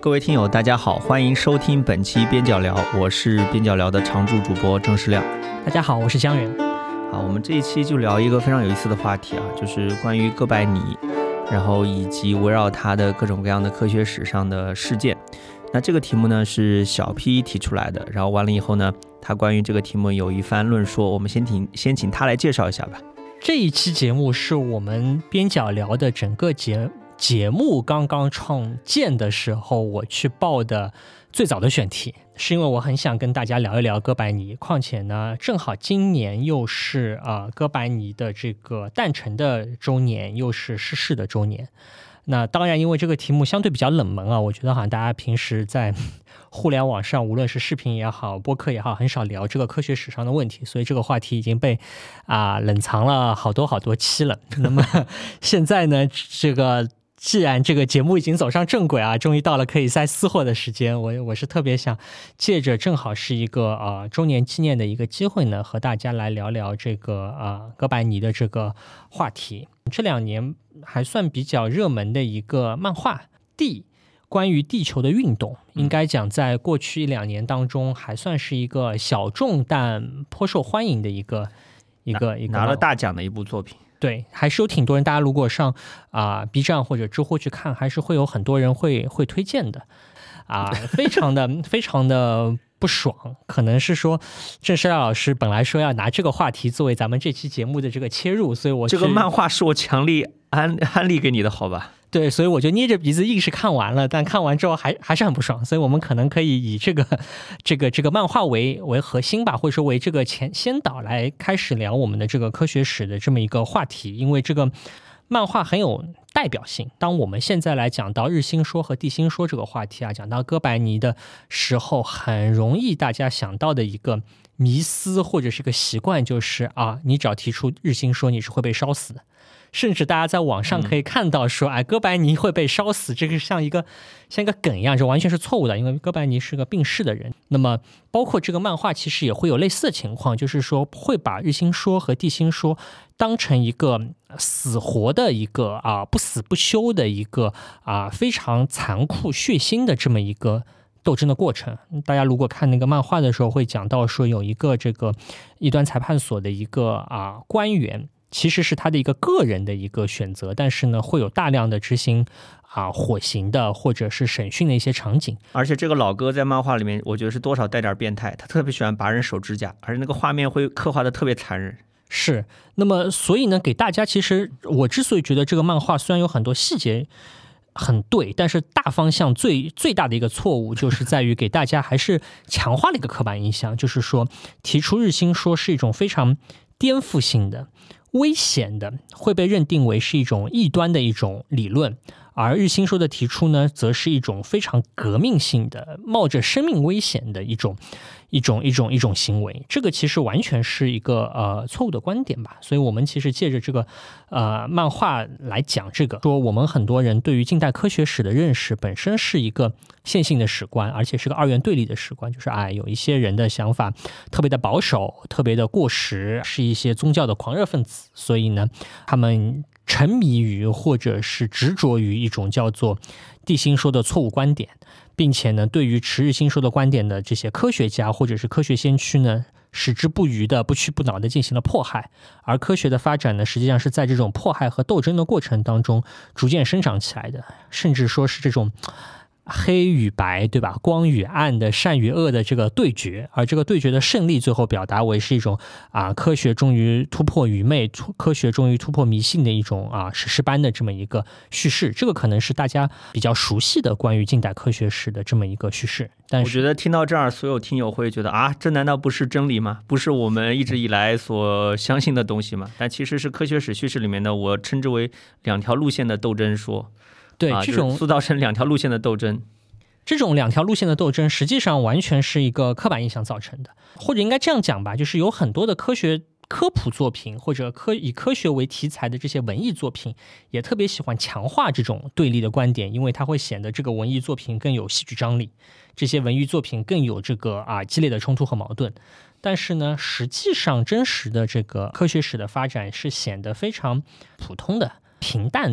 各位听友大家好，欢迎收听本期边角聊，我是边角聊的常驻主播郑世亮。 大家好，我是江源。 好，我们这一期就聊一个非常有意思的话题啊，就是关于哥白尼，然后以及围绕他的各种各样的科学史上的事件。那这个题目呢是小 P 提出来的，然后完了以后呢，他关于这个题目有一番论说，我们先请他来介绍一下吧。 这一期节目是我们边角聊的整个节目刚刚创建的时候我去报的最早的选题，是因为我很想跟大家聊一聊哥白尼，况且呢正好今年又是哥白尼的这个诞辰的周年，又是逝世的周年。那当然因为这个题目相对比较冷门啊，我觉得好像大家平时在互联网上无论是视频也好播客也好很少聊这个科学史上的问题，所以这个话题已经被冷藏了好多期了。那么现在呢既然这个节目已经走上正轨啊，终于到了可以再私货的时间，我是特别想借着正好是一个周年纪念的一个机会呢，和大家来聊聊这个哥白尼的这个话题。这两年还算比较热门的一个漫画地，关于地球的运动，应该讲在过去1-2年当中还算是一个小众但颇受欢迎的一个拿了大奖的一部作品。 对，还是有挺多人，大家如果上B 站或者知乎去看，还是会有很多人会推荐的非常的不爽。可能是说郑世亮老师本来说要拿这个话题作为咱们这期节目的这个切入，所以我这个漫画是我强力安利给你的，好吧？对， 所以我就捏着鼻子硬是看完了，但看完之后还是很不爽，所以我们可能可以以这个漫画为核心吧，或者说为这个先导来开始聊我们的这个科学史的这么一个话题，因为这个漫画很有代表性。当我们现在来讲到日心说和地心说这个话题讲到哥白尼的时候，很容易大家想到的一个迷思或者是一个习惯就是你只要提出日心说，你是会被烧死的。甚至大家在网上可以看到说哥白尼会被烧死，这个像一个梗一样，这完全是错误的，因为哥白尼是个病逝的人。那么包括这个漫画其实也会有类似的情况，就是说会把日心说和地心说当成一个死活的一个不死不休的一个非常残酷血腥的这么一个斗争的过程。大家如果看那个漫画的时候会讲到说，有一个这个异端裁判所的一个官员，其实是他的一个个人的一个选择，但是呢会有大量的执行火刑的或者是审讯的一些场景。 而且这个老哥在漫画里面我觉得是多少带点变态，他特别喜欢拔人手指甲，而且那个画面会刻画的特别残忍。 是，那么所以呢给大家，其实我之所以觉得这个漫画虽然有很多细节很对，但是大方向最大的一个错误就是在于给大家还是强化了一个刻板印象，就是说提出日心说是一种非常颠覆性的危险的，会被认定为是一种异端的一种理论，而日心说的提出呢，则是一种非常革命性的、冒着生命危险的一种行为。这个其实完全是一个错误的观点吧。所以我们其实借着这个漫画来讲这个，说我们很多人对于近代科学史的认识本身是一个线性的史观，而且是个二元对立的史观，就是有一些人的想法特别的保守，特别的过时，是一些宗教的狂热分子，所以呢他们沉迷于或者是执着于一种叫做地心说的错误观点，并且呢对于持日心说的观点的这些科学家或者是科学先驱呢，矢志不渝的不屈不挠的进行了迫害。而科学的发展呢，实际上是在这种迫害和斗争的过程当中逐渐生长起来的，甚至说是这种黑与白，对吧？光与暗的、善与恶的这个对决，而这个对决的胜利最后表达为是一种科学终于突破愚昧，科学终于突破迷信的一种史诗般的这么一个叙事。这个可能是大家比较熟悉的关于近代科学史的这么一个叙事。但是我觉得听到这儿，所有听友会觉得这难道不是真理吗？不是我们一直以来所相信的东西吗？但其实是科学史叙事里面的，我称之为两条路线的斗争说。 对，这种塑造成两条路线的斗争， 这种两条路线的斗争实际上完全是一个刻板印象造成的，或者应该这样讲吧，就是有很多的科学科普作品或者以科学为题材的这些文艺作品也特别喜欢强化这种对立的观点，因为它会显得这个文艺作品更有戏剧张力，这些文艺作品更有这个激烈的冲突和矛盾。但是呢，实际上真实的这个科学史的发展是显得非常普通的、平淡的，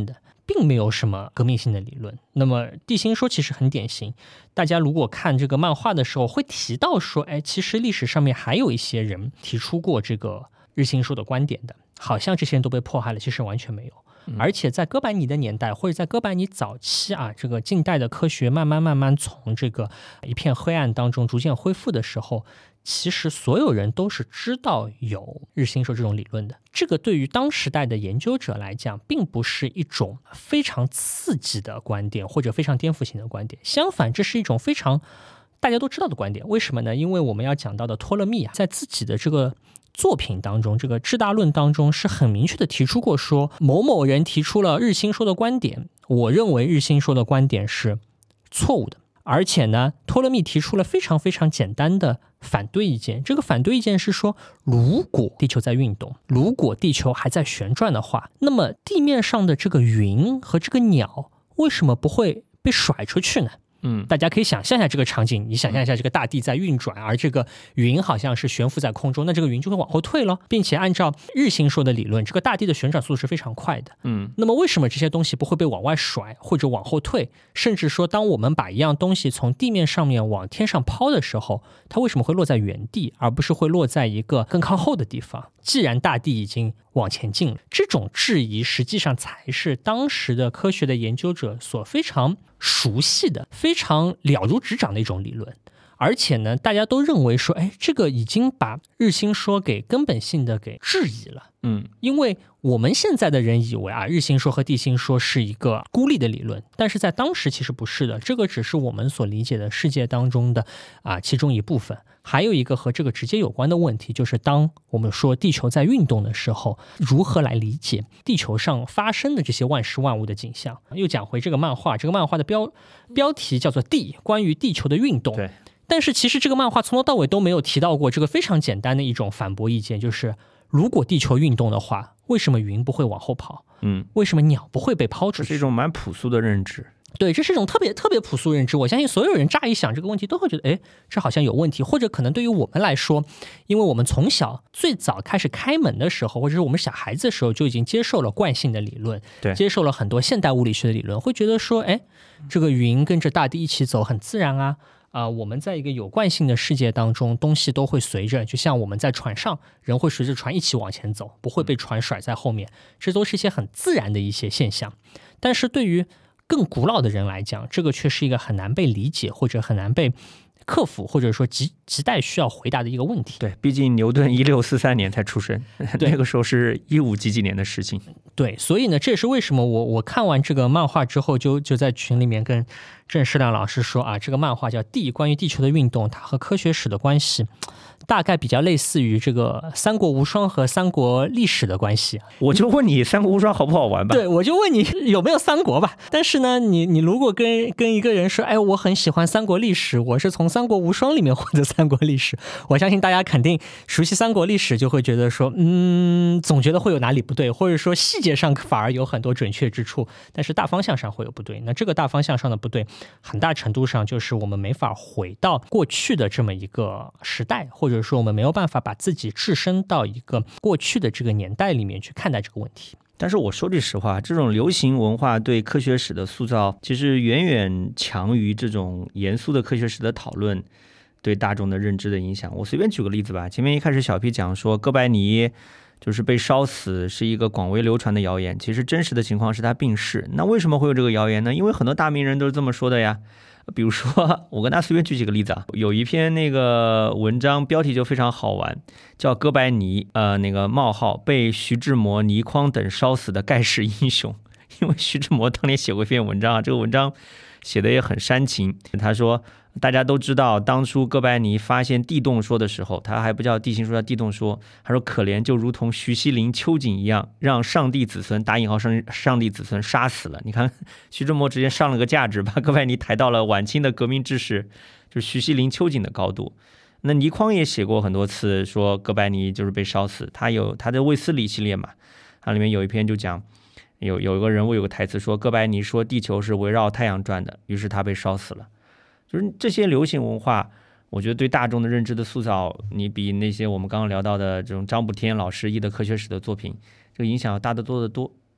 并没有什么革命性的理论。那么地心说其实很典型，大家如果看这个漫画的时候会提到说，其实历史上面还有一些人提出过这个日心说的观点的，好像这些人都被迫害了，其实完全没有。而且在哥白尼的年代，或者在哥白尼早期啊，这个近代的科学慢慢从这个一片黑暗当中逐渐恢复的时候，其实所有人都是知道有日心说这种理论的。这个对于当时代的研究者来讲，并不是一种非常刺激的观点，或者非常颠覆性的观点。相反，这是一种非常大家都知道的观点。为什么呢？因为我们要讲到的托勒密啊，在自己的这个作品当中，这个智大论当中是很明确的提出过说，某某人提出了日心说的观点，我认为日心说的观点是错误的。而且呢，托勒密提出了非常非常简单的反对意见。这个反对意见是说，如果地球在运动，如果地球还在旋转的话，那么地面上的这个云和这个鸟为什么不会被甩出去呢？大家可以想象一下这个场景，你想象一下这个大地在运转，而这个云好像是悬浮在空中，那这个云就会往后退了，并且按照日心说的理论，这个大地的旋转速度是非常快的。那么为什么这些东西不会被往外甩或者往后退？甚至说，当我们把一样东西从地面上面往天上抛的时候，它为什么会落在原地，而不是会落在一个更靠后的地方？既然大地已经往前进了，这种质疑实际上才是当时的科学的研究者所非常熟悉的、非常了如指掌的一种理论。而且呢，大家都认为说，这个已经把日心说给根本性的给质疑了。因为我们现在的人以为啊，日心说和地心说是一个孤立的理论，但是在当时其实不是的，这个只是我们所理解的世界当中的其中一部分。还有一个和这个直接有关的问题，就是当我们说地球在运动的时候，如何来理解地球上发生的这些万事万物的景象？又讲回这个漫画，这个漫画的标题叫做《地》，关于地球的运动。 对。 但是其实这个漫画从头到尾都没有提到过这个非常简单的一种反驳意见，就是如果地球运动的话，为什么云不会往后跑？为什么鸟不会被抛出去？ 这是一种蛮朴素的认知。 对，这是一种特别朴素认知。我相信所有人乍一想这个问题都会觉得，这好像有问题。或者可能对于我们来说，因为我们从小最早开始开门的时候，或者是我们小孩子的时候，就已经接受了惯性的理论， 对， 接受了很多现代物理学的理论，会觉得说，这个云跟着大地一起走很自然啊。我们在一个有惯性的世界当中，东西都会随着，就像我们在船上，人会随着船一起往前走，不会被船甩在后面，这都是一些很自然的一些现象。但是对于更古老的人来讲，这个却是一个很难被理解，或者很难被克服，或者说亟待需要回答的一个问题。 对，毕竟牛顿1643年才出生，那个时候是15几年的事情。 对，所以呢，这也是为什么我看完这个漫画之后，就在群里面跟郑世亮老师说这个漫画叫《地》，关于地球的运动，它和科学史的关系大概比较类似于这个三国无双和三国历史的关系。 我就问你三国无双好不好玩吧？ 对，我就问你有没有三国吧。但是呢，你如果跟一个人说，我很喜欢三国历史，我是从三国无双里面获得三国历史，我相信大家肯定熟悉三国历史就会觉得说，总觉得会有哪里不对，或者说细节上反而有很多准确之处，但是大方向上会有不对。那这个大方向上的不对，很大程度上就是我们没法回到过去的这么一个时代，或者说我们没有办法把自己置身到一个过去的这个年代里面去看待这个问题。 但是我说句实话，这种流行文化对科学史的塑造其实远远强于这种严肃的科学史的讨论对大众的认知的影响。我随便举个例子吧，前面一开始小 P 讲说哥白尼就是被烧死是一个广为流传的谣言，其实真实的情况是他病逝。那为什么会有这个谣言呢？因为很多大名人都是这么说的呀。比如说我跟他随便举几个例子有一篇那个文章标题就非常好玩，叫哥白尼那个冒号被徐志摩、倪匡等烧死的盖世英雄。因为徐志摩当年写过一篇文章这个文章写的也很煽情。他说大家都知道当初哥白尼发现地动说的时候，他还不叫地心说，叫地动说。他说可怜就如同徐锡麟、秋瑾一样，让上帝子孙打引号上帝子孙杀死了。你看徐志摩直接上了个价值，把哥白尼抬到了晚清的革命志士就是徐锡麟、秋瑾的高度。那倪匡也写过很多次说哥白尼就是被烧死，他有他的卫斯理系列嘛，它里面有一篇就讲有一个人物有个台词说哥白尼说地球是围绕太阳转的，于是他被烧死了。就是这些流行文化我觉得对大众的认知的塑造，你比那些我们刚刚聊到的这种张补天老师译的科学史的作品这个影响要大得多得多。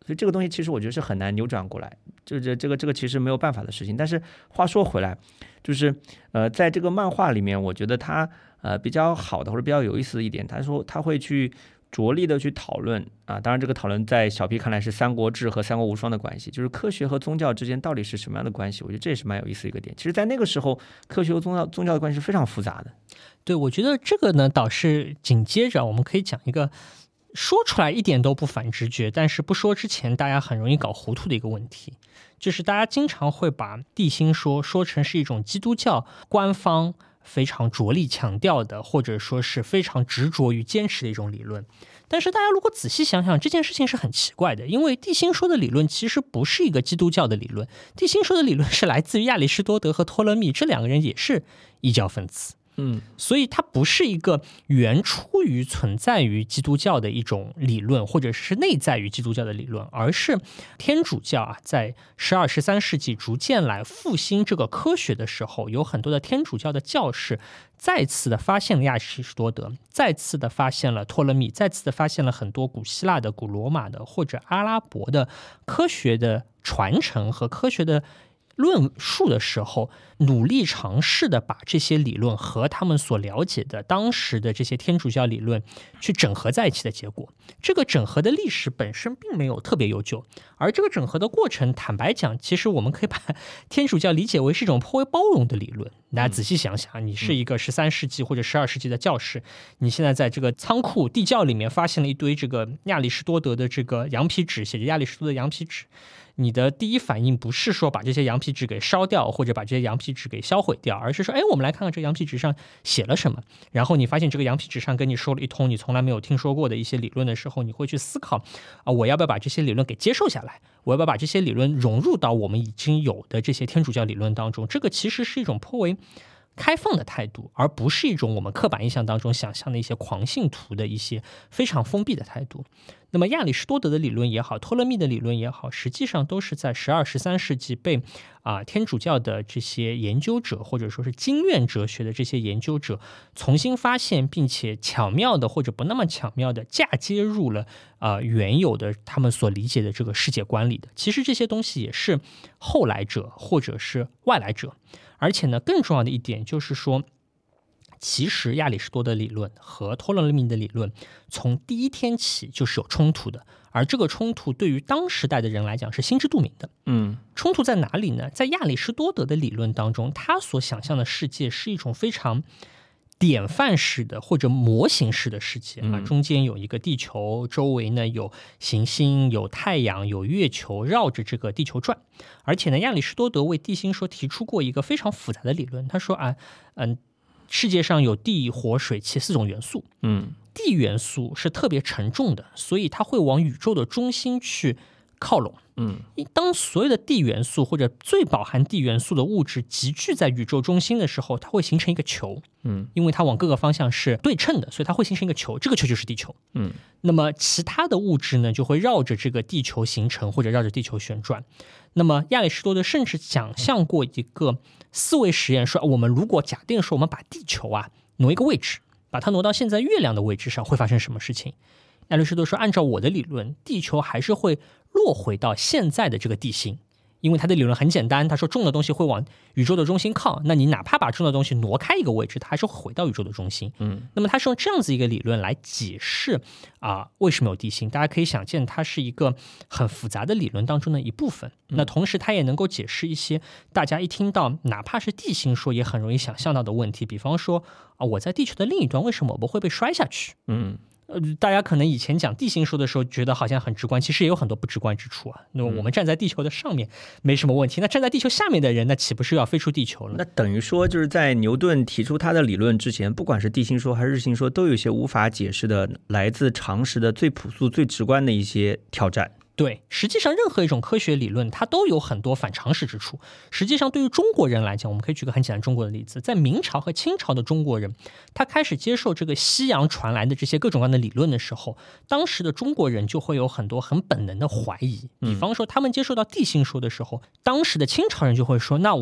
所以这个东西其实我觉得是很难扭转过来，这个其实没有办法的事情。但是话说回来，就是在这个漫画里面，我觉得它比较好的或者比较有意思的一点，他说他会去着力的去讨论啊，当然这个讨论在小 P 看来是《三国志》和《三国无双》的关系，就是科学和宗教之间到底是什么样的关系？我觉得这也是蛮有意思的一个点。其实，在那个时候，科学和宗教的关系是非常复杂的。 对，我觉得这个呢，倒是紧接着我们可以讲一个说出来一点都不反直觉，但是不说之前大家很容易搞糊涂的一个问题，就是大家经常会把地心说成是一种基督教官方非常着力强调的，或者说是非常执着于坚持的一种理论。但是大家如果仔细想想，这件事情是很奇怪的，因为地心说的理论其实不是一个基督教的理论，地心说的理论是来自于亚里士多德和托勒密，这两个人也是异教分子。所以它不是一个原出于存在于基督教的一种理论，或者是内在于基督教的理论，而是天主教啊，在12、13世纪逐渐来复兴这个科学的时候，有很多的天主教的教士再次的发现了亚里士多德，再次的发现了托勒密，再次的发现了很多古希腊的、古罗马的或者阿拉伯的科学的传承和科学的论述的时候，努力尝试的把这些理论和他们所了解的当时的这些天主教理论去整合在一起的结果。这个整合的历史本身并没有特别悠久，而这个整合的过程，坦白讲，其实我们可以把天主教理解为是一种颇为包容的理论。大家仔细想想，你是一个13世纪或者12世纪的教士，你现在在这个仓库地窖里面发现了一堆这个亚里士多德的这个羊皮纸，写着亚里士多德的羊皮纸，你的第一反应不是说把这些羊皮纸给烧掉，或者把这些羊皮纸给销毁掉，而是说，我们来看看这个羊皮纸上写了什么。然后你发现这个羊皮纸上跟你说了一通你从来没有听说过的一些理论的时候，你会去思考我要不要把这些理论给接受下来，我要不要把这些理论融入到我们已经有的这些天主教理论当中。这个其实是一种颇为开放的态度，而不是一种我们刻板印象当中想象的一些狂信徒的一些非常封闭的态度。那么亚里士多德的理论也好，托勒密的理论也好，实际上都是在12、13世纪被天主教的这些研究者，或者说是经验哲学的这些研究者重新发现，并且巧妙的或者不那么巧妙的嫁接入了原有的他们所理解的这个世界观里的。其实这些东西也是后来者或者是外来者。而且呢，更重要的一点就是说，其实亚里士多德理论和托勒密的理论从第一天起就是有冲突的，而这个冲突对于当时代的人来讲是心知肚明的。冲突在哪里呢？在亚里士多德的理论当中，他所想象的世界是一种非常典范式的或者模型式的世界中间有一个地球，周围呢有行星、有太阳、有月球绕着这个地球转。而且呢，亚里士多德为地心说提出过一个非常复杂的理论，他说世界上有地、火、水、气4种元素。地元素是特别沉重的，所以它会往宇宙的中心去靠拢。当所有的地元素或者最饱含地元素的物质集聚在宇宙中心的时候，它会形成一个球。因为它往各个方向是对称的，所以它会形成一个球，这个球就是地球。那么其他的物质呢，就会绕着这个地球形成，或者绕着地球旋转。那么亚里士多德甚至想象过一个思维实验，说我们如果假定说我们把地球挪一个位置，把它挪到现在月亮的位置上，会发生什么事情？亚里士多德说，按照我的理论，地球还是会落回到现在的这个地心，因为他的理论很简单，他说重的东西会往宇宙的中心靠，那你哪怕把重的东西挪开一个位置，它还是会回到宇宙的中心。那么他是用这样子一个理论来解释为什么有地心。大家可以想见，它是一个很复杂的理论当中的一部分。那同时它也能够解释一些大家一听到哪怕是地心说也很容易想象到的问题，比方说我在地球的另一端为什么我不会被摔下去？大家可能以前讲地心说的时候觉得好像很直观，其实也有很多不直观之处那么我们站在地球的上面没什么问题，那站在地球下面的人，那岂不是要飞出地球了？ 那等于说就是在牛顿提出他的理论之前，不管是地心说还是日心说，都有一些无法解释的来自常识的最朴素最直观的一些挑战。 对，实际上任何一种科学理论它都有很多反常识之处。实际上对于中国人来讲，我们可以举个很简单中国的例子，在明朝和清朝的中国人，他开始接受这个西洋传来的这些各种各样的理论的时候，当时的中国人就会有很多很本能的怀疑。比方说他们接受到地心说的时候，当时的清朝人就会说，那我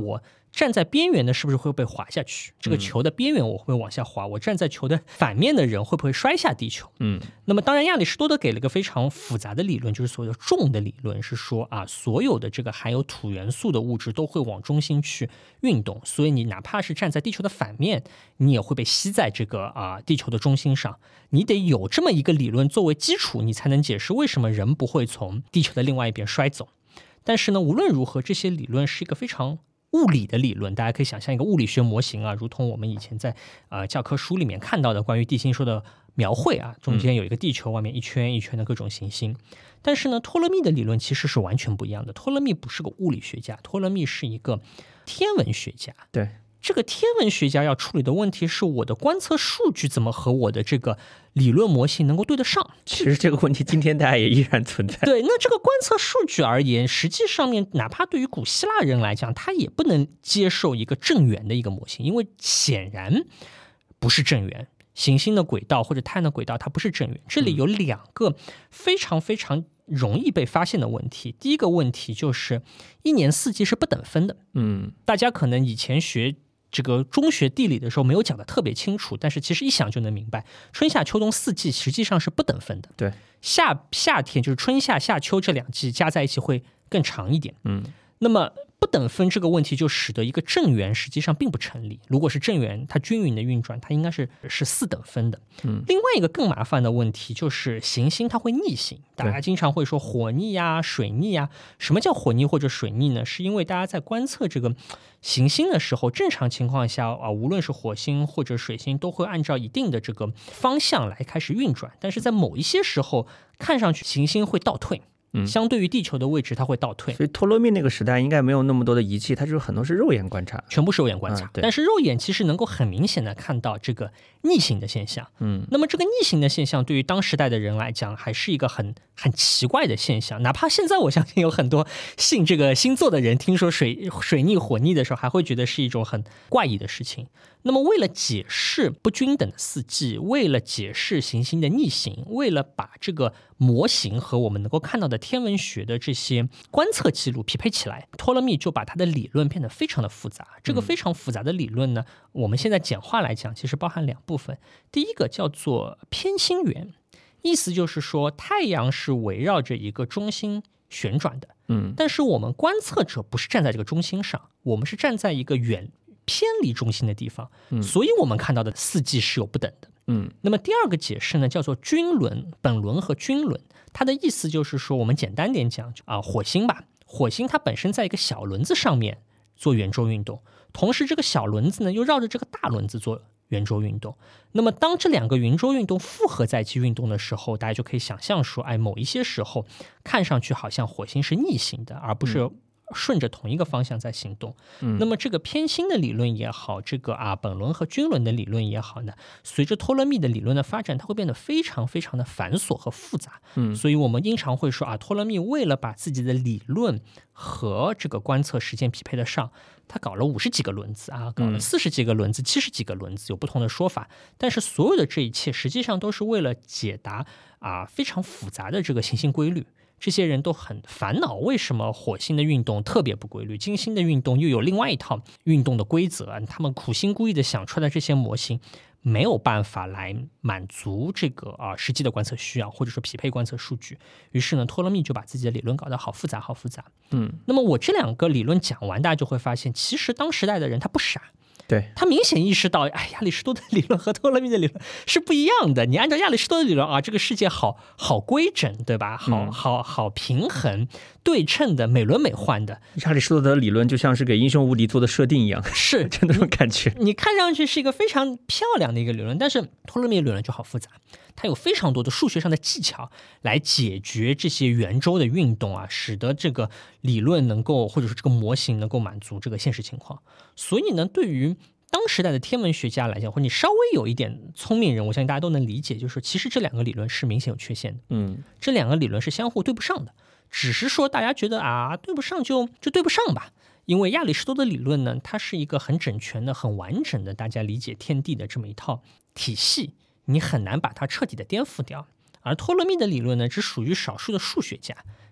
站在边缘的是不是会被滑下去？这个球的边缘我会不会往下滑？我站在球的反面的人会不会摔下地球？那么当然亚里士多德给了一个非常复杂的理论，就是所谓的重的理论，是说所有的这个含有土元素的物质都会往中心去运动，所以你哪怕是站在地球的反面，你也会被吸在这个地球的中心上。你得有这么一个理论作为基础，你才能解释为什么人不会从地球的另外一边摔走。但是呢，无论如何，这些理论是一个非常物理的理论，大家可以想象一个物理学模型如同我们以前在教科书里面看到的关于地心说的描绘中间有一个地球，外面一圈一圈的各种行星。但是呢，托勒密的理论其实是完全不一样的。托勒密不是个物理学家，托勒密是一个天文学家。 对， 这个天文学家要处理的问题是我的观测数据怎么和我的这个理论模型能够对得上。 其实这个问题今天大家也依然存在。 对，那这个观测数据而言，实际上面哪怕对于古希腊人来讲，他也不能接受一个正圆的一个模型，因为显然不是正圆。行星的轨道或者太阳的轨道它不是正圆。这里有两个非常非常容易被发现的问题。第一个问题就是一年四季是不等分的。大家可能以前学这个中学地理的时候没有讲得特别清楚，但是其实一想就能明白，春夏秋冬四季实际上是不等分的。 对， 夏天就是春夏夏秋这两季加在一起会更长一点。那么不等分这个问题就使得一个正圆实际上并不成立。如果是正圆，它均匀的运转，它应该是四等分的。另外一个更麻烦的问题就是行星它会逆行。大家经常会说火逆水逆什么叫火逆或者水逆呢？是因为大家在观测这个行星的时候，正常情况下无论是火星或者水星都会按照一定的这个方向来开始运转，但是在某一些时候看上去行星会倒退。相对于地球的位置它会倒退。 所以托勒密那个时代应该没有那么多的仪器，它就是很多是肉眼观察， 全部是肉眼观察。但是肉眼其实能够很明显的看到这个逆行的现象。那么这个逆行的现象对于当时代的人来讲还是一个很奇怪的现象。哪怕现在我相信有很多信这个星座的人听说水逆火逆的时候还会觉得是一种很怪异的事情。那么为了解释不均等的四季，为了解释行星的逆行，为了把这个模型和我们能够看到的天文学的这些观测记录匹配起来，托勒密就把他的理论变得非常的复杂。这个非常复杂的理论呢，我们现在简化来讲其实包含两部分。第一个叫做偏心圆，意思就是说太阳是围绕着一个中心旋转的。但是我们观测者不是站在这个中心上，我们是站在一个偏离中心的地方，所以我们看到的四季是有不等的。那么第二个解释呢，叫做均轮，本轮和均轮。它的意思就是说，我们简单点讲火星吧，火星它本身在一个小轮子上面做圆周运动，同时这个小轮子呢又绕着这个大轮子做圆周运动。那么当这两个圆周运动复合在一起运动的时候，大家就可以想象说，某一些时候看上去好像火星是逆行的，而不是顺着同一个方向在行动。那么这个偏心的理论也好，这个本轮和均轮的理论也好呢，随着托勒密的理论的发展，它会变得非常非常的繁琐和复杂。所以我们经常会说托勒密为了把自己的理论和这个观测时间匹配得上，他搞了50几个轮子搞了40几个轮子70几个轮子，有不同的说法。但是所有的这一切实际上都是为了解答非常复杂的这个行星规律。这些人都很烦恼，为什么火星的运动特别不规律，金星的运动又有另外一套运动的规则。他们苦心孤诣的想出来的这些模型没有办法来满足这个实际的观测需要，或者说匹配观测数据。于是呢，托勒密就把自己的理论搞得好复杂好复杂。那么我这两个理论讲完，大家就会发现其实当时代的人他不傻。 对， 他明显意识到亚里士多德理论和托勒密的理论是不一样的。你按照亚里士多德理论这个世界好规整，对吧？好平衡对称的，美轮美奂的。 亚里士多德理论就像是给英雄无敌做的设定一样， 是就那种感觉。 你看上去是一个非常漂亮的一个理论，但是托勒密的理论就好复杂，它有非常多的数学上的技巧来解决这些圆周的运动使得这个理论能够，或者说这个模型能够满足这个现实情况。所以呢，对于当时代的天文学家来讲，或者你稍微有一点聪明人，我相信大家都能理解，就是其实这两个理论是明显有缺陷的。这两个理论是相互对不上的，只是说大家觉得对不上就对不上吧。因为亚里士多德理论呢，它是一个很整全的、很完整的大家理解天地的这么一套体系，你很难把它彻底的颠覆掉。而托勒密的理论呢，只属于少数的数学家，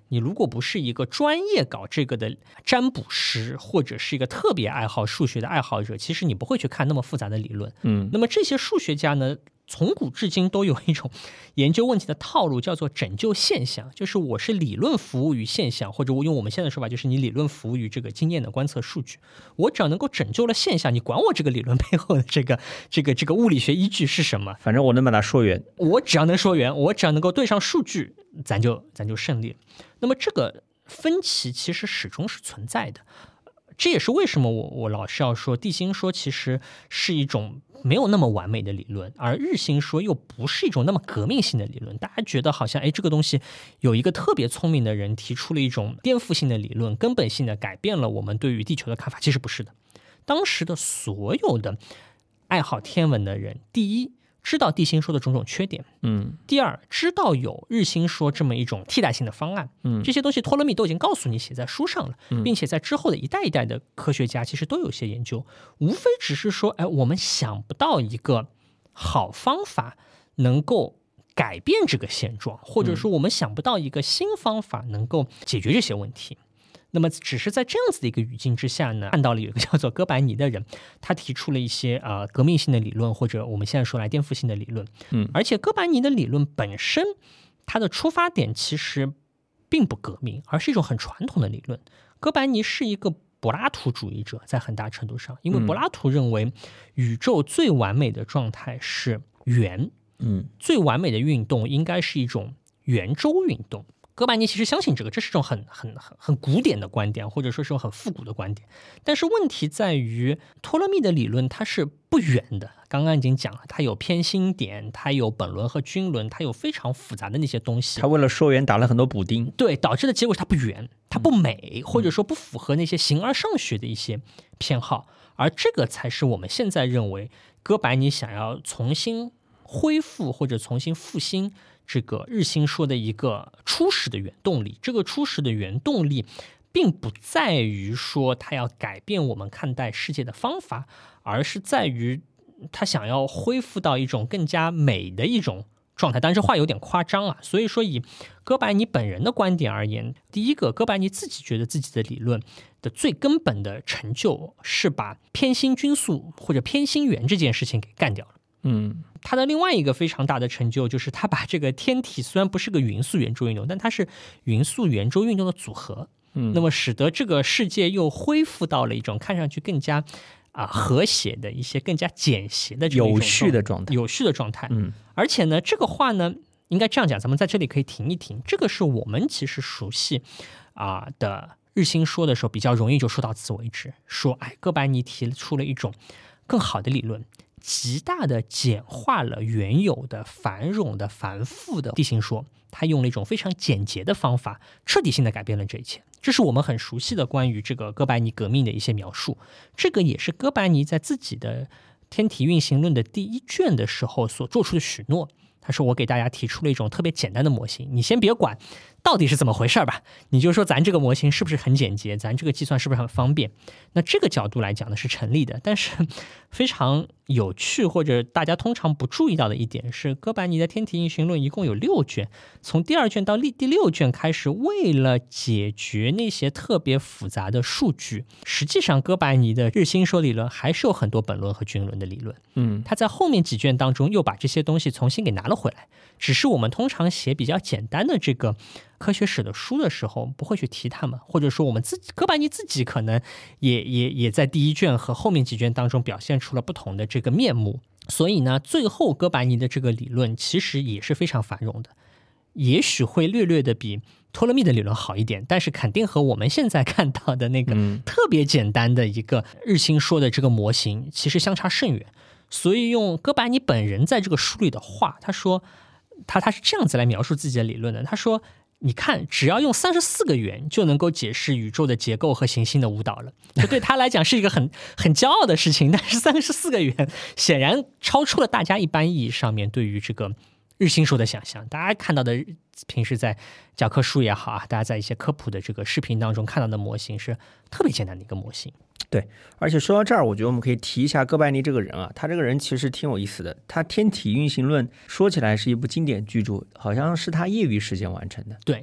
你如果不是一个专业搞这个的占卜师，或者是一个特别爱好数学的爱好者，其实你不会去看那么复杂的理论。那么这些数学家呢，从古至今都有一种研究问题的套路，叫做拯救现象，就是我是理论服务于现象，或者用我们现在的说法，就是你理论服务于这个经验的观测数据。我只要能够拯救了现象，你管我这个理论背后的这个物理学依据是什么？ 反正我能把它说圆， 我只要能说圆，我只要能够对上数据，咱就胜利了。那么这个分歧其实始终是存在的。这也是为什么我老是要说地心说其实是一种没有那么完美的理论，而日心说又不是一种那么革命性的理论。大家觉得好像这个东西有一个特别聪明的人提出了一种颠覆性的理论，根本性的改变了我们对于地球的看法，其实不是的。当时的所有的爱好天文的人，第一知道地心说的种种缺点，第二知道有日心说这么一种替代性的方案，这些东西托勒密都已经告诉你写在书上了，并且在之后的一代一代的科学家其实都有些研究，无非只是说我们想不到一个好方法能够改变这个现状，或者说我们想不到一个新方法能够解决这些问题。那么只是在这样子的一个语境之下呢，看到了有一个叫做哥白尼的人，他提出了一些革命性的理论，或者我们现在说来颠覆性的理论。而且哥白尼的理论本身，它的出发点其实并不革命，而是一种很传统的理论。哥白尼是一个柏拉图主义者，在很大程度上，因为柏拉图认为宇宙最完美的状态是圆，最完美的运动应该是一种圆周运动。哥白尼其实相信这个，这是一种很古典的观点，或者说是很复古的观点。但是问题在于，托勒密的理论它是不圆的。刚刚已经讲了，它有偏心点，它有本轮和均轮，它有非常复杂的那些东西。 它为了说圆打了很多补丁， 对，导致的结果是它不圆，它不美，或者说不符合那些形而上学的一些偏好。而这个才是我们现在认为哥白尼想要重新恢复或者重新复兴这个日心说的一个初始的原动力。这个初始的原动力并不在于说他要改变我们看待世界的方法，而是在于他想要恢复到一种更加美的一种状态。但是话有点夸张啊，所以说以哥白尼本人的观点而言，第一个，哥白尼自己觉得自己的理论的最根本的成就是把偏心均速或者偏心圆这件事情给干掉了。他的另外一个非常大的成就就是他把这个天体虽然不是个匀速圆周运动，但它是匀速圆周运动的组合，那么使得这个世界又恢复到了一种看上去更加和谐的一些更加简谐的这种有序的状态。而且呢，这个话呢应该这样讲，咱们在这里可以停一停，这个是我们其实熟悉的日心说的时候比较容易就说到此为止，说哥白尼提出了一种更好的理论，极大的简化了原有的繁冗的繁复的地心说，他用了一种非常简洁的方法，彻底性的改变了这一切。这是我们很熟悉的关于这个哥白尼革命的一些描述，这个也是哥白尼在自己的天体运行论的第一卷的时候所做出的许诺。他说我给大家提出了一种特别简单的模型，你先别管到底是怎么回事吧，你就说咱这个模型是不是很简洁，咱这个计算是不是很方便。那这个角度来讲呢是成立的，但是非常有趣或者大家通常不注意到的一点是，哥白尼的天体运行论一共有6卷，从第2卷到第6卷开始，为了解决那些特别复杂的数据，实际上哥白尼的日心说理论还是有很多本轮和均轮的理论。他在后面几卷当中又把这些东西重新给拿了回来，只是我们通常写比较简单的这个科学史的书的时候不会去提他们，或者说我们哥白尼自己可能也在第1卷和后面几卷当中表现出了不同的这个面目。所以呢，最后哥白尼的这个理论其实也是非常繁荣的，也许会略略的比托勒密的理论好一点，但是肯定和我们现在看到的那个特别简单的一个日心说的这个模型其实相差甚远。所以用哥白尼本人在这个书里的话，他说他是这样子来描述自己的理论的，他说你看，只要用34个圆就能够解释宇宙的结构和行星的舞蹈了，这对他来讲是一个很骄傲的事情。但是34个圆显然超出了大家一般意义上面对于这个日心说的想象。大家看到的平时在教科书也好大家在一些科普的这个视频当中看到的模型是特别简单的一个模型。 对，而且说到这儿，我觉得我们可以提一下哥白尼这个人他这个人其实挺有意思的。他《天体运行论》说起来是一部经典巨著，好像是他业余时间完成的。 对，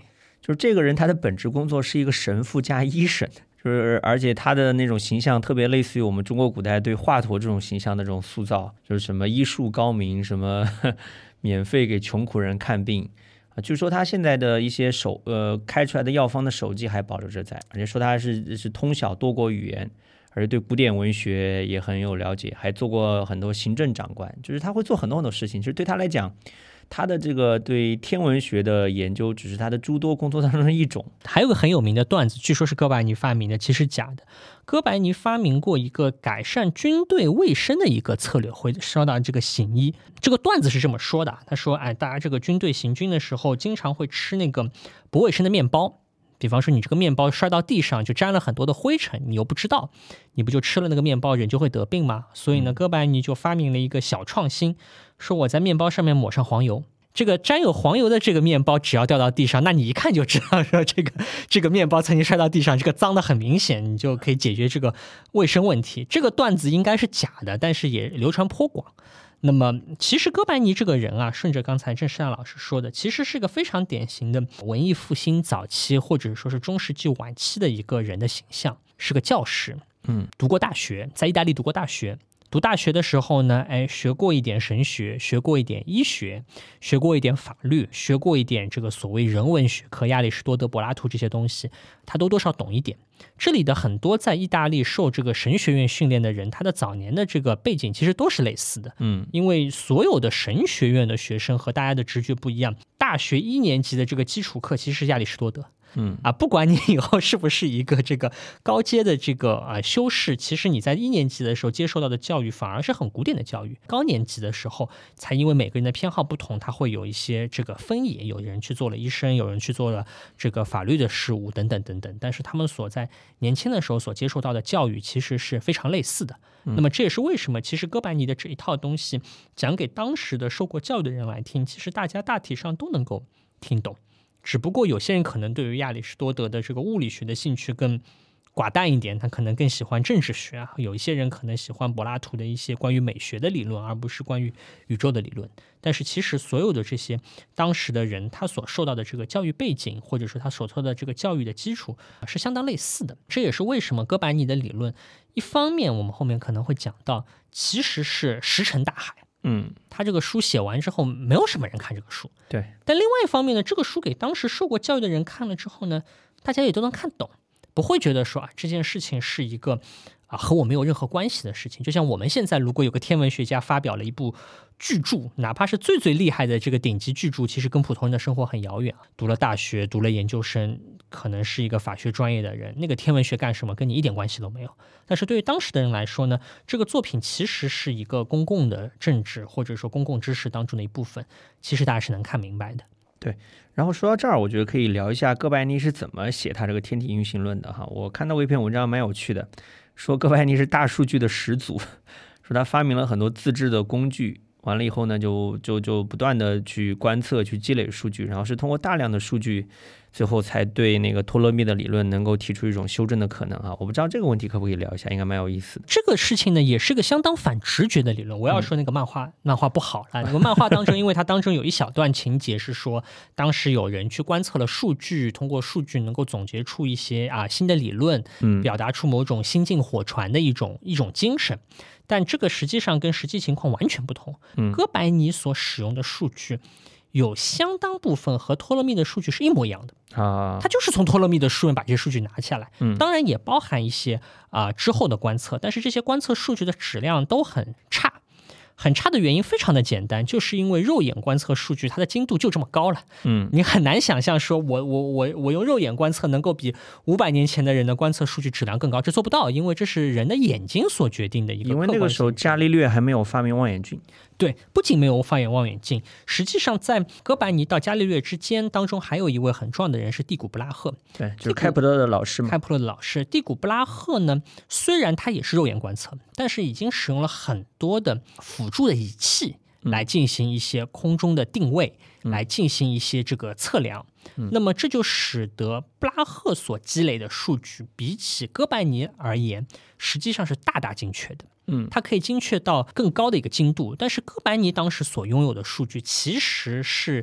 就是这个人他的本职工作是一个神父加医生，就是而且他的那种形象特别类似于我们中国古代对华佗这种形象的这种塑造，就是什么医术高明，什么免费给穷苦人看病啊。据说他现在的一些开出来的药方的手迹还保留着在，而且说他是通晓多国语言，而且对古典文学也很有了解，还做过很多行政长官，就是他会做很多很多事情。其实对他来讲，他的这个对天文学的研究只是他的诸多工作当中的一种。 还有个很有名的段子，据说是哥白尼发明的，其实假的。哥白尼发明过一个改善军队卫生的一个策略，会说到这个行医。这个段子是这么说的，他说，大家这个军队行军的时候，经常会吃那个不卫生的面包。比方说你这个面包摔到地上就沾了很多的灰尘，你又不知道，你不就吃了那个面包，人就会得病吗？所以呢，哥白尼就发明了一个小创新，说我在面包上面抹上黄油，这个沾有黄油的这个面包只要掉到地上，那你一看就知道说这个面包曾经摔到地上，这个脏的很明显，你就可以解决这个卫生问题。这个段子应该是假的，但是也流传颇广。那么其实哥白尼这个人啊，顺着刚才郑世亮老师说的，其实是个非常典型的文艺复兴早期或者说是中世纪晚期的一个人的形象，是个教师，读过大学，在意大利读过大学。读大学的时候呢，学过一点神学，学过一点医学，学过一点法律，学过一点这个所谓人文学科，亚里士多德、柏拉图这些东西，他都多少懂一点。这里的很多在意大利受这个神学院训练的人，他的早年的这个背景其实都是类似的。因为所有的神学院的学生和大家的直觉不一样，大学1年级的这个基础课其实是亚里士多德。不管你以后是不是一个这个高阶的这个修士，其实你在1年级的时候接受到的教育反而是很古典的教育。高年级的时候，才因为每个人的偏好不同，他会有一些这个分野，有人去做了医生，有人去做了这个法律的事务等等等等。但是他们所在年轻的时候所接受到的教育其实是非常类似的。那么这也是为什么其实哥白尼的这一套东西讲给当时的受过教育的人来听，其实大家大体上都能够听懂。只不过有些人可能对于亚里士多德的这个物理学的兴趣更寡淡一点，他可能更喜欢政治学啊。有一些人可能喜欢柏拉图的一些关于美学的理论，而不是关于宇宙的理论。但是其实所有的这些当时的人，他所受到的这个教育背景，或者说他所受的这个教育的基础是相当类似的。这也是为什么哥白尼的理论，一方面我们后面可能会讲到，其实是石沉大海。他这个书写完之后，没有什么人看这个书。 对。 但另外一方面呢，这个书给当时受过教育的人看了之后呢，大家也都能看懂，不会觉得说这件事情是一个和我没有任何关系的事情。就像我们现在如果有个天文学家发表了一部巨著，哪怕是最厉害的这个顶级巨著，其实跟普通人的生活很遥远。读了大学，读了研究生，可能是一个法学专业的人，那个天文学干什么跟你一点关系都没有。但是对于当时的人来说呢，这个作品其实是一个公共的政治或者说公共知识当中的一部分，其实大家是能看明白的。 对，然后说到这儿，我觉得可以聊一下哥白尼是怎么写他这个天体运行论的哈。我看到过一篇文章蛮有趣的，说哥白尼是大数据的始祖，说他发明了很多自制的工具，完了以后呢就不断的去观测去积累数据，然后是通过大量的数据，最后才对那个托勒密的理论能够提出一种修正的可能啊。我不知道这个问题可不可以聊一下，应该蛮有意思的。 这个事情呢也是个相当反直觉的理论。我要说那个漫画不好了，那个漫画当中因为它当中有一小段情节是说当时有人去观测了数据，通过数据能够总结出一些新的理论，表达出某种新进火传的一种精神。但这个实际上跟实际情况完全不同。哥白尼所使用的数据有相当部分和托勒密的数据是一模一样的他就是从托勒密的书院把这些数据拿下来，当然也包含一些之后的观测，但是这些观测数据的质量都很差。很差的原因非常的简单，就是因为肉眼观测数据它的精度就这么高了。你很难想象说我用肉眼观测能够比500年前的人的观测数据质量更高，这做不到，因为这是人的眼睛所决定的一个客观性。 因为那个时候伽利略还没有发明望远镜。 对，不仅没有发明望远镜，实际上在哥白尼到伽利略之间当中还有一位很重要的人是蒂古布拉赫。 对，就是开普勒的老师嘛。 开普勒的老师蒂古布拉赫呢，虽然他也是肉眼观测，但是已经使用了很多的辅助的仪器来进行一些空中的定位，来进行一些这个测量。那么这就使得布拉赫所积累的数据比起哥白尼而言实际上是大大精确的。它可以精确到更高的一个精度，但是哥白尼当时所拥有的数据其实是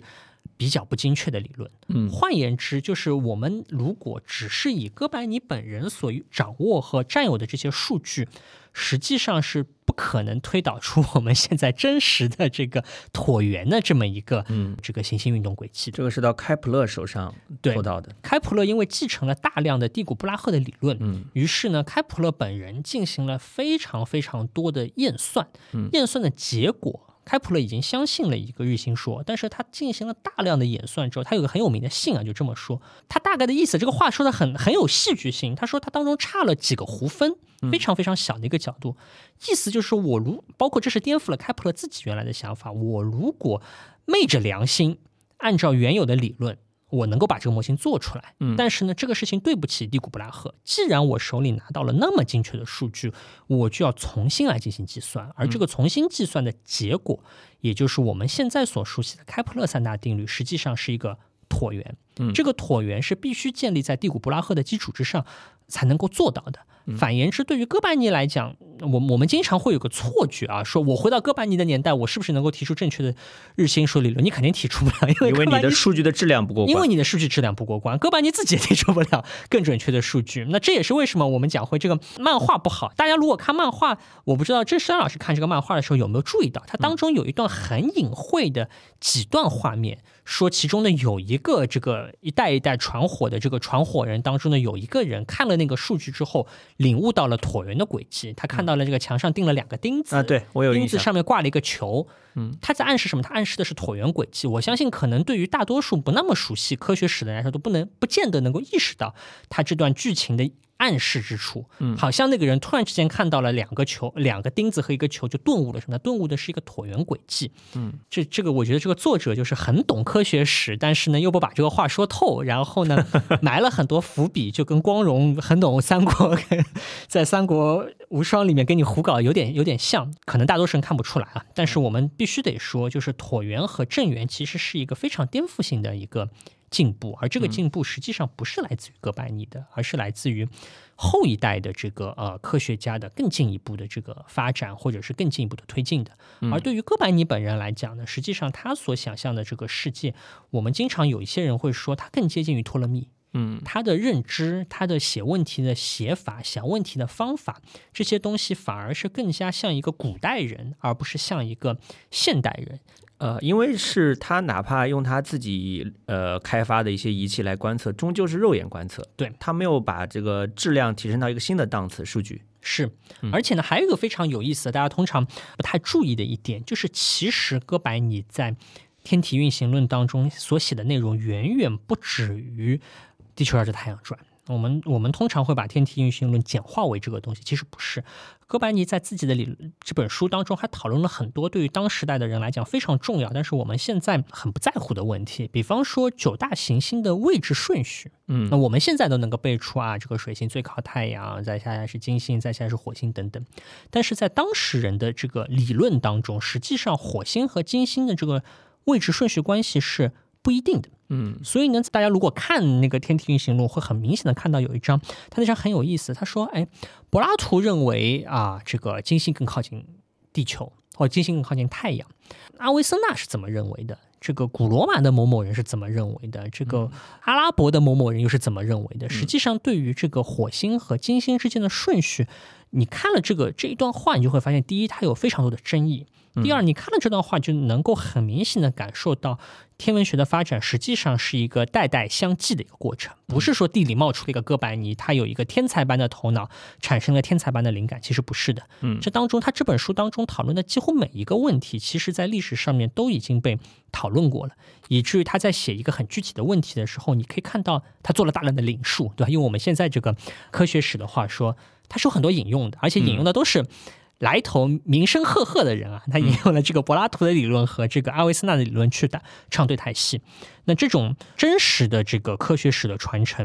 比较不精确的理论。换言之，就是我们如果只是以哥白尼本人所掌握和占有的这些数据，实际上是不可能推导出我们现在真实的这个椭圆的这么一个这个行星运动轨迹。 这个是到开普勒手上做到的。 开普勒因为继承了大量的蒂古布拉赫的理论，于是呢，开普勒本人进行了非常非常多的验算，验算的结果。开普勒已经相信了一个日心说，但是他进行了大量的演算之后，他有个很有名的信啊，就这么说。他大概的意思，这个话说的很有戏剧性。他说他当中差了几个弧分，非常非常小的一个角度。意思就是包括这是颠覆了开普勒自己原来的想法。我如果昧着良心，按照原有的理论，我能够把这个模型做出来，但是呢，这个事情对不起蒂古布拉赫。既然我手里拿到了那么精确的数据，我就要重新来进行计算，而这个重新计算的结果，也就是我们现在所熟悉的开普勒三大定律，实际上是一个椭圆。这个椭圆是必须建立在蒂古布拉赫的基础之上才能够做到的。反言之，对于哥白尼来讲，我们经常会有个错觉啊，说我回到哥白尼的年代，我是不是能够提出正确的日心说理论？你肯定提出不了，因为你的数据的质量不过关。 因为你的数据质量不过关，哥白尼自己也提出不了更准确的数据。那这也是为什么我们讲会这个漫画不好。大家如果看漫画，我不知道郑世安老师看这个漫画的时候有没有注意到，它当中有一段很隐晦的几段画面，说其中呢有一个这个一代一代传火的这个传火人当中呢，有一个人看了那个数据之后，领悟到了椭圆的轨迹。他看到了这个墙上钉了2个钉子啊， 对，我有印象。 钉子上面挂了一个球，他在暗示什么？他暗示的是椭圆轨迹。我相信可能对于大多数不那么熟悉科学史的人来说，都不见得能够意识到他这段剧情的暗示之处。好像那个人突然之间看到了2个钉子和一个球，就顿悟了什么？顿悟的是一个椭圆轨迹。这个我觉得这个作者就是很懂科学史，但是呢又不把这个话说透，然后呢埋了很多伏笔，就跟光荣很懂三国在三国无双里面给你胡搞有点像，可能大多数人看不出来啊。但是我们必须得说，就是椭圆和正圆其实是一个非常颠覆性的一个进步，而这个进步实际上不是来自于哥白尼的，而是来自于后一代的这个科学家的更进一步的这个发展，或者是更进一步的推进的。而对于哥白尼本人来讲呢，实际上他所想象的这个世界，我们经常有一些人会说他更接近于托勒密。他的认知，他的写问题的写法，想问题的方法，这些东西反而是更加像一个古代人，而不是像一个现代人。 因为是他哪怕用他自己开发的一些仪器来观测，终究是肉眼观测， 对， 他没有把这个质量提升到一个新的档次数据。 是，而且呢，还有一个非常有意思的，大家通常不太注意的一点，就是其实哥白尼在天体运行论当中所写的内容远远不止于地球绕着太阳转。我们通常会把天体运行论简化为这个东西，其实不是。哥白尼在自己的这本书当中还讨论了很多对于当时代的人来讲非常重要，但是我们现在很不在乎的问题，比方说9大行星的位置顺序。那我们现在都能够背出啊，这个水星最靠太阳，再下来是金星，再下来是火星等等。但是在当时人的这个理论当中，实际上火星和金星的这个位置顺序关系是不一定的。所以呢，大家如果看那个天体运行论，会很明显的看到有一章，他那章很有意思。他说，柏拉图认为啊，这个金星更靠近地球，或者金星更靠近太阳。阿维森纳是怎么认为的？这个古罗马的某某人是怎么认为的？这个阿拉伯的某某人又是怎么认为的？实际上，对于这个火星和金星之间的顺序，你看了这一段话，你就会发现，第一，它有非常多的争议。第二，你看了这段话就能够很明显的感受到天文学的发展实际上是一个代代相继的一个过程，不是说地里冒出了一个哥白尼，他有一个天才般的头脑，产生了天才般的灵感，其实不是的。这当中他这本书当中讨论的几乎每一个问题，其实在历史上面都已经被讨论过了，以至于他在写一个很具体的问题的时候，你可以看到他做了大量的引述，对吧？因为我们现在这个科学史的话说，他是有很多引用的，而且引用的都是来头名声赫赫的人啊，他引用了这个柏拉图的理论和这个阿维斯纳的理论去唱对台戏。那这种真实的这个科学史的传承，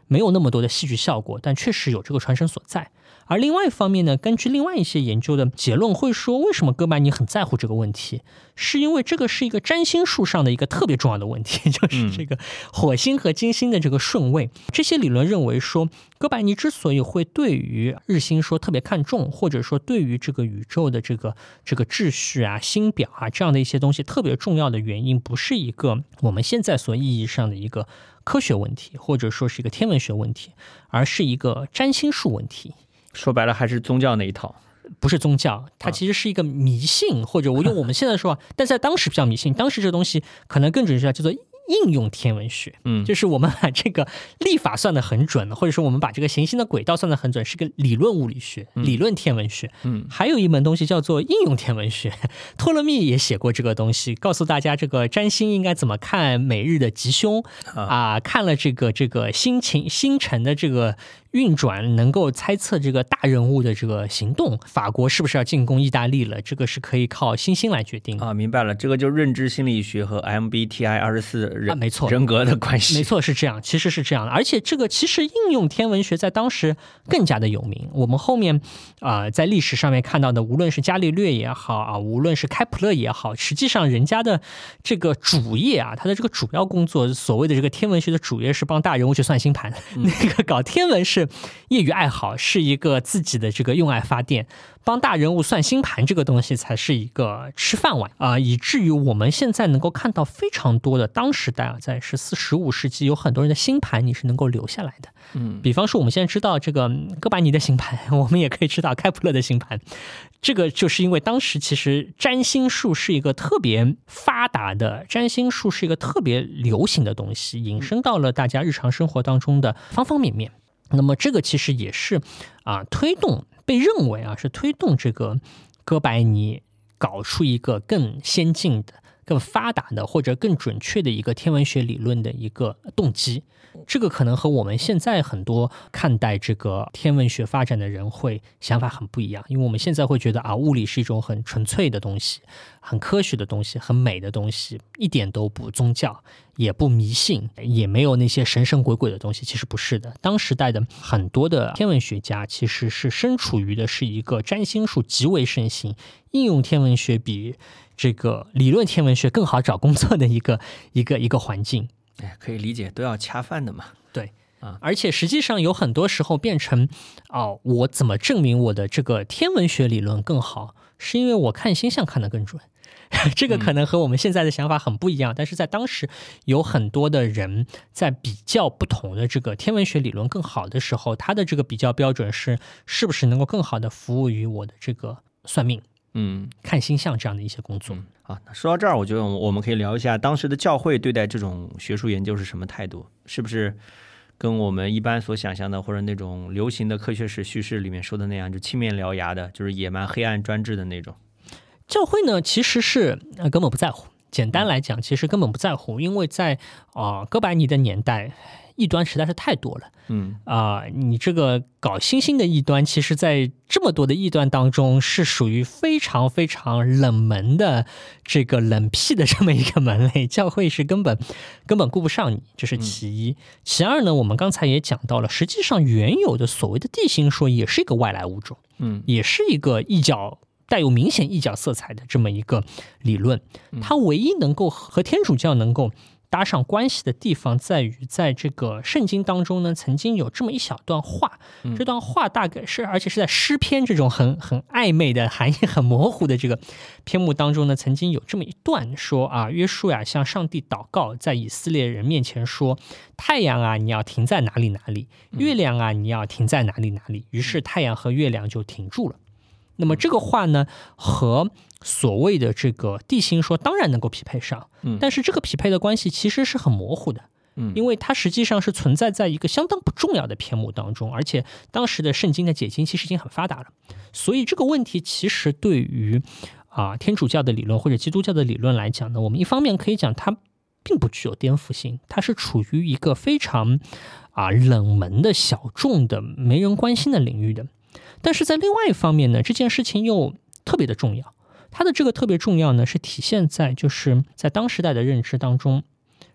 没有那么多的戏剧效果，但确实有这个传神所在。而另外一方面呢，根据另外一些研究的结论会说，为什么哥白尼很在乎这个问题，是因为这个是一个占星术上的一个特别重要的问题，就是这个火星和金星的这个顺位。这些理论认为说，哥白尼之所以会对于日心说特别看重，或者说对于这个宇宙的这个秩序啊、星表啊这样的一些东西特别重要的原因，不是一个我们现在所意义上的一个科学问题，或者说是一个天文学问题，而是一个占星术问题。 说白了还是宗教那一套， 不是宗教，它其实是一个迷信，或者我用我们现在说，但在当时比较迷信，当时这个东西可能更准确叫做应用天文学，就是我们把这个历法算得很准，或者说我们把这个行星的轨道算得很准，是个理论物理学、理论天文学。还有一门东西叫做应用天文学，托勒密也写过这个东西，告诉大家这个占星应该怎么看每日的吉凶看了这个星辰的这个运转，能够猜测这个大人物的这个行动，法国是不是要进攻意大利了，这个是可以靠星星来决定啊。明白了，这个就是认知心理学和 MBTI 24 没错， 人格的关系。 没错，是这样，其实是这样的。而且这个其实应用天文学在当时更加的有名。我们后面在历史上面看到的，无论是伽利略也好无论是开普勒也好，实际上人家的这个主业他的这个主要工作，所谓的这个天文学的主业是帮大人物去算星盘，那个搞天文是业余爱好，是一个自己的这个用爱发电，帮大人物算星盘这个东西才是一个吃饭碗以至于我们现在能够看到非常多的当时代在14、15世纪有很多人的星盘你是能够留下来的。比方说我们现在知道这个哥白尼的星盘，我们也可以知道开普勒的星盘，这个就是因为当时其实占星术是一个特别发达的，占星术是一个特别流行的东西，引申到了大家日常生活当中的方方面面。那么这个其实也是推动，被认为是推动这个哥白尼搞出一个更先进的、更发达的或者更准确的一个天文学理论的一个动机。这个可能和我们现在很多看待这个天文学发展的人会想法很不一样，因为我们现在会觉得物理是一种很纯粹的东西，很科学的东西，很美的东西，一点都不宗教，也不迷信，也没有那些神神鬼鬼的东西。其实不是的，当时代的很多的天文学家其实是身处于的是一个占星术极为盛行，应用天文学比这个理论天文学更好找工作的一个环境。 可以理解，都要恰饭的嘛。 对而且实际上有很多时候变成我怎么证明我的这个天文学理论更好，是因为我看星象看得更准。这个可能和我们现在的想法很不一样，但是在当时有很多的人在比较不同的这个天文学理论更好的时候，他的这个比较标准是不是能够更好的服务于我的这个算命看星象这样的一些工作。 那说到这儿，我觉得我们可以聊一下当时的教会对待这种学术研究是什么态度，是不是跟我们一般所想象的或者那种流行的科学史叙事里面说的那样，就青面獠牙的，就是野蛮黑暗专制的那种。 教会呢其实是根本不在乎，简单来讲其实根本不在乎，因为在哥白尼的年代异端实在是太多了。你这个搞星星的异端，其实在这么多的异端当中是属于非常非常冷门的这个冷僻的这么一个门类，教会是根本顾不上你，这是其一。其二呢，我们刚才也讲到了，实际上原有的所谓的地心说也是一个外来物种，也是一个异教，带有明显异教色彩的这么一个理论。它唯一能够和天主教能够搭上关系的地方在于，在这个圣经当中呢，曾经有这么一小段话，这段话大概是，而且是在诗篇这种很暧昧的含义很模糊的这个篇目当中呢，曾经有这么一段说约书亚向上帝祷告，在以色列人面前说，太阳你要停在哪里哪里，月亮你要停在哪里哪里，于是太阳和月亮就停住了。那么这个话呢，和所谓的这个地心说当然能够匹配上，但是这个匹配的关系其实是很模糊的，因为它实际上是存在在一个相当不重要的篇目当中，而且当时的圣经的解经其实已经很发达了，所以这个问题其实对于天主教的理论或者基督教的理论来讲呢，我们一方面可以讲它并不具有颠覆性，它是处于一个非常冷门的小众的没人关心的领域的。但是在另外一方面呢，这件事情又特别的重要。它的这个特别重要呢，是体现在就是在当时代的认知当中，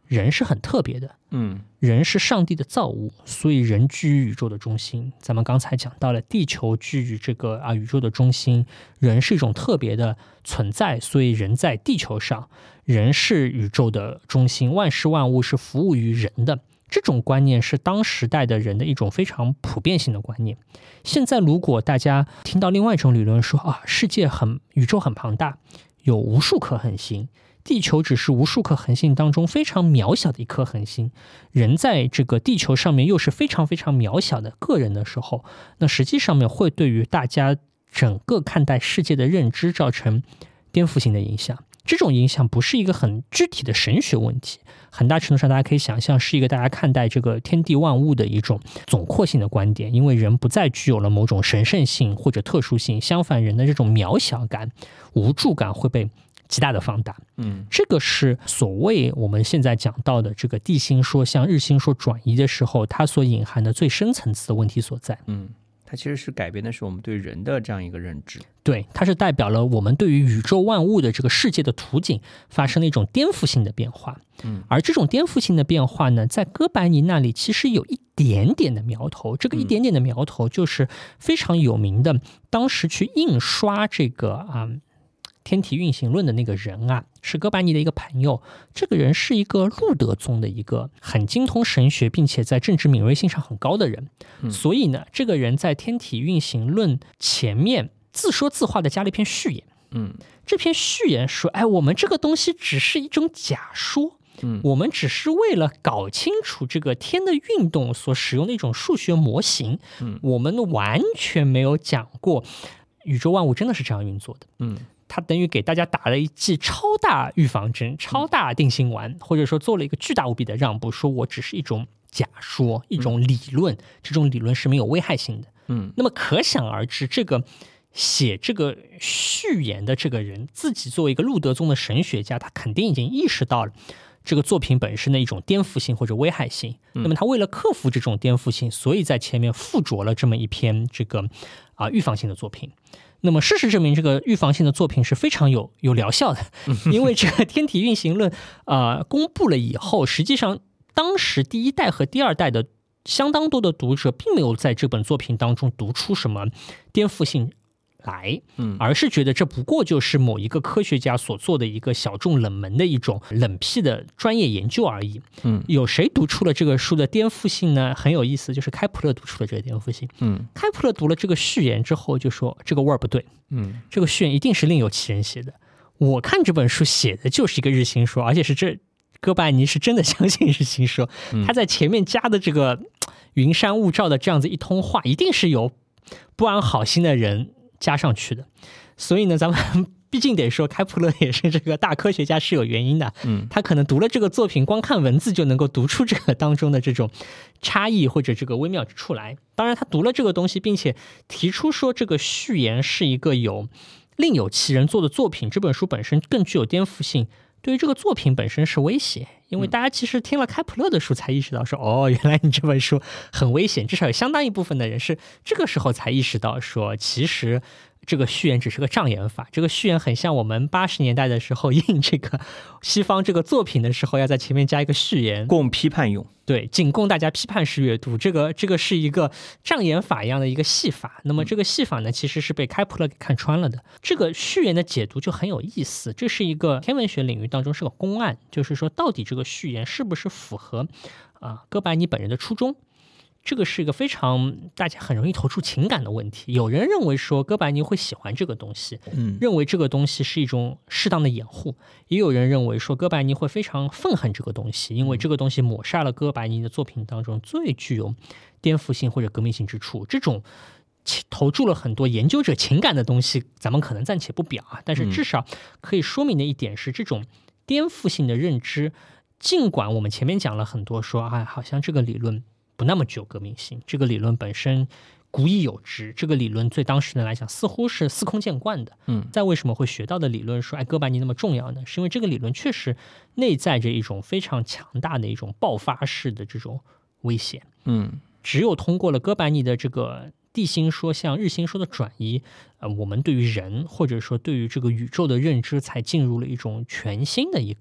人是很特别的，人是上帝的造物，所以人居于宇宙的中心。咱们刚才讲到了地球居于这个宇宙的中心，人是一种特别的存在，所以人在地球上，人是宇宙的中心，万事万物是服务于人的。这种观念是当时代的人的一种非常普遍性的观念。现在如果大家听到另外一种理论说宇宙很庞大，有无数颗恒星，地球只是无数颗恒星当中非常渺小的一颗恒星，人在这个地球上面又是非常非常渺小的个人的时候，那实际上面会对于大家整个看待世界的认知造成颠覆性的影响。这种影响不是一个很具体的神学问题，很大程度上大家可以想象是一个大家看待这个天地万物的一种总括性的观点，因为人不再具有了某种神圣性或者特殊性，相反人的这种渺小感、无助感会被极大的放大。这个是所谓我们现在讲到的这个地心说向日心说转移的时候，它所隐含的最深层次的问题所在。 它其实是改变的是我们对人的这样一个认知。 对，它是代表了我们对于宇宙万物的这个世界的图景发生了一种颠覆性的变化。而这种颠覆性的变化呢，在哥白尼那里其实有一点点的苗头，这个一点点的苗头就是非常有名的，当时去印刷这个天体运行论的那个人是哥白尼的一个朋友。这个人是一个路德宗的一个很精通神学并且在政治敏锐性上很高的人。所以呢，这个人在天体运行论前面自说自话的加了一篇序言。这篇序言说，我们这个东西只是一种假说，我们只是为了搞清楚这个天的运动所使用的一种数学模型，我们完全没有讲过宇宙万物真的是这样运作的。他等于给大家打了一剂超大预防针、超大定心丸，或者说做了一个巨大无比的让步，说我只是一种假说、一种理论，这种理论是没有危害性的。那么可想而知，这个写这个序言的这个人自己作为一个路德宗的神学家，他肯定已经意识到了这个作品本身的一种颠覆性或者危害性。那么他为了克服这种颠覆性，所以在前面附着了这么一篇这个预防性的作品。那么事实证明，这个预防性的作品是非常有疗效的，因为这个天体运行论公布了以后，实际上当时第一代和第二代的相当多的读者并没有在这本作品当中读出什么颠覆性来，而是觉得这不过就是某一个科学家所做的一个小众冷门的一种冷僻的专业研究而已。有谁读出了这个书的颠覆性呢？很有意思，就是开普勒读出了这个颠覆性。开普勒读了这个序言之后就说这个味儿不对，这个序言一定是另有其人写的。我看这本书写的就是一个日心说，而且是哥白尼是真的相信日心说，他在前面加的这个云山雾罩的这样子一通话，一定是有不安好心的人加上去的。所以呢，咱们毕竟得说开普勒也是这个大科学家是有原因的。他可能读了这个作品，光看文字就能够读出这个当中的这种差异或者这个微妙之处来。当然他读了这个东西，并且提出说这个序言是一个另有其人做的作品，这本书本身更具有颠覆性，对于这个作品本身是威胁。因为大家其实听了开普勒的书才意识到说，原来你这本书很危险，至少有相当一部分的人是这个时候才意识到说，其实这个序言只是个障眼法。这个序言很像我们80年代的时候印这个西方这个作品的时候，要在前面加一个序言， 供批判用。 对，仅供大家批判式阅读。这个是一个障眼法一样的一个戏法。那么这个戏法呢，其实是被开普勒给看穿了的。这个序言的解读就很有意思，这是一个天文学领域当中是个公案，就是说到底这个序言是不是符合哥白尼本人的初衷。这个是一个非常大家很容易投注情感的问题。有人认为说哥白尼会喜欢这个东西，认为这个东西是一种适当的掩护，也有人认为说哥白尼会非常愤恨这个东西，因为这个东西抹杀了哥白尼的作品当中最具有颠覆性或者革命性之处。这种投注了很多研究者情感的东西咱们可能暂且不表但是至少可以说明的一点是，这种颠覆性的认知，尽管我们前面讲了很多说好像这个理论不那么具有革命性，这个理论本身古已有之，这个理论对当时人来讲似乎是司空见惯的。在为什么会学到的理论说哥白尼那么重要呢？是因为这个理论确实内在着一种非常强大的一种爆发式的这种危险。只有通过了哥白尼的这个地心说向日心说的转移，我们对于人或者说对于这个宇宙的认知才进入了一种全新的一个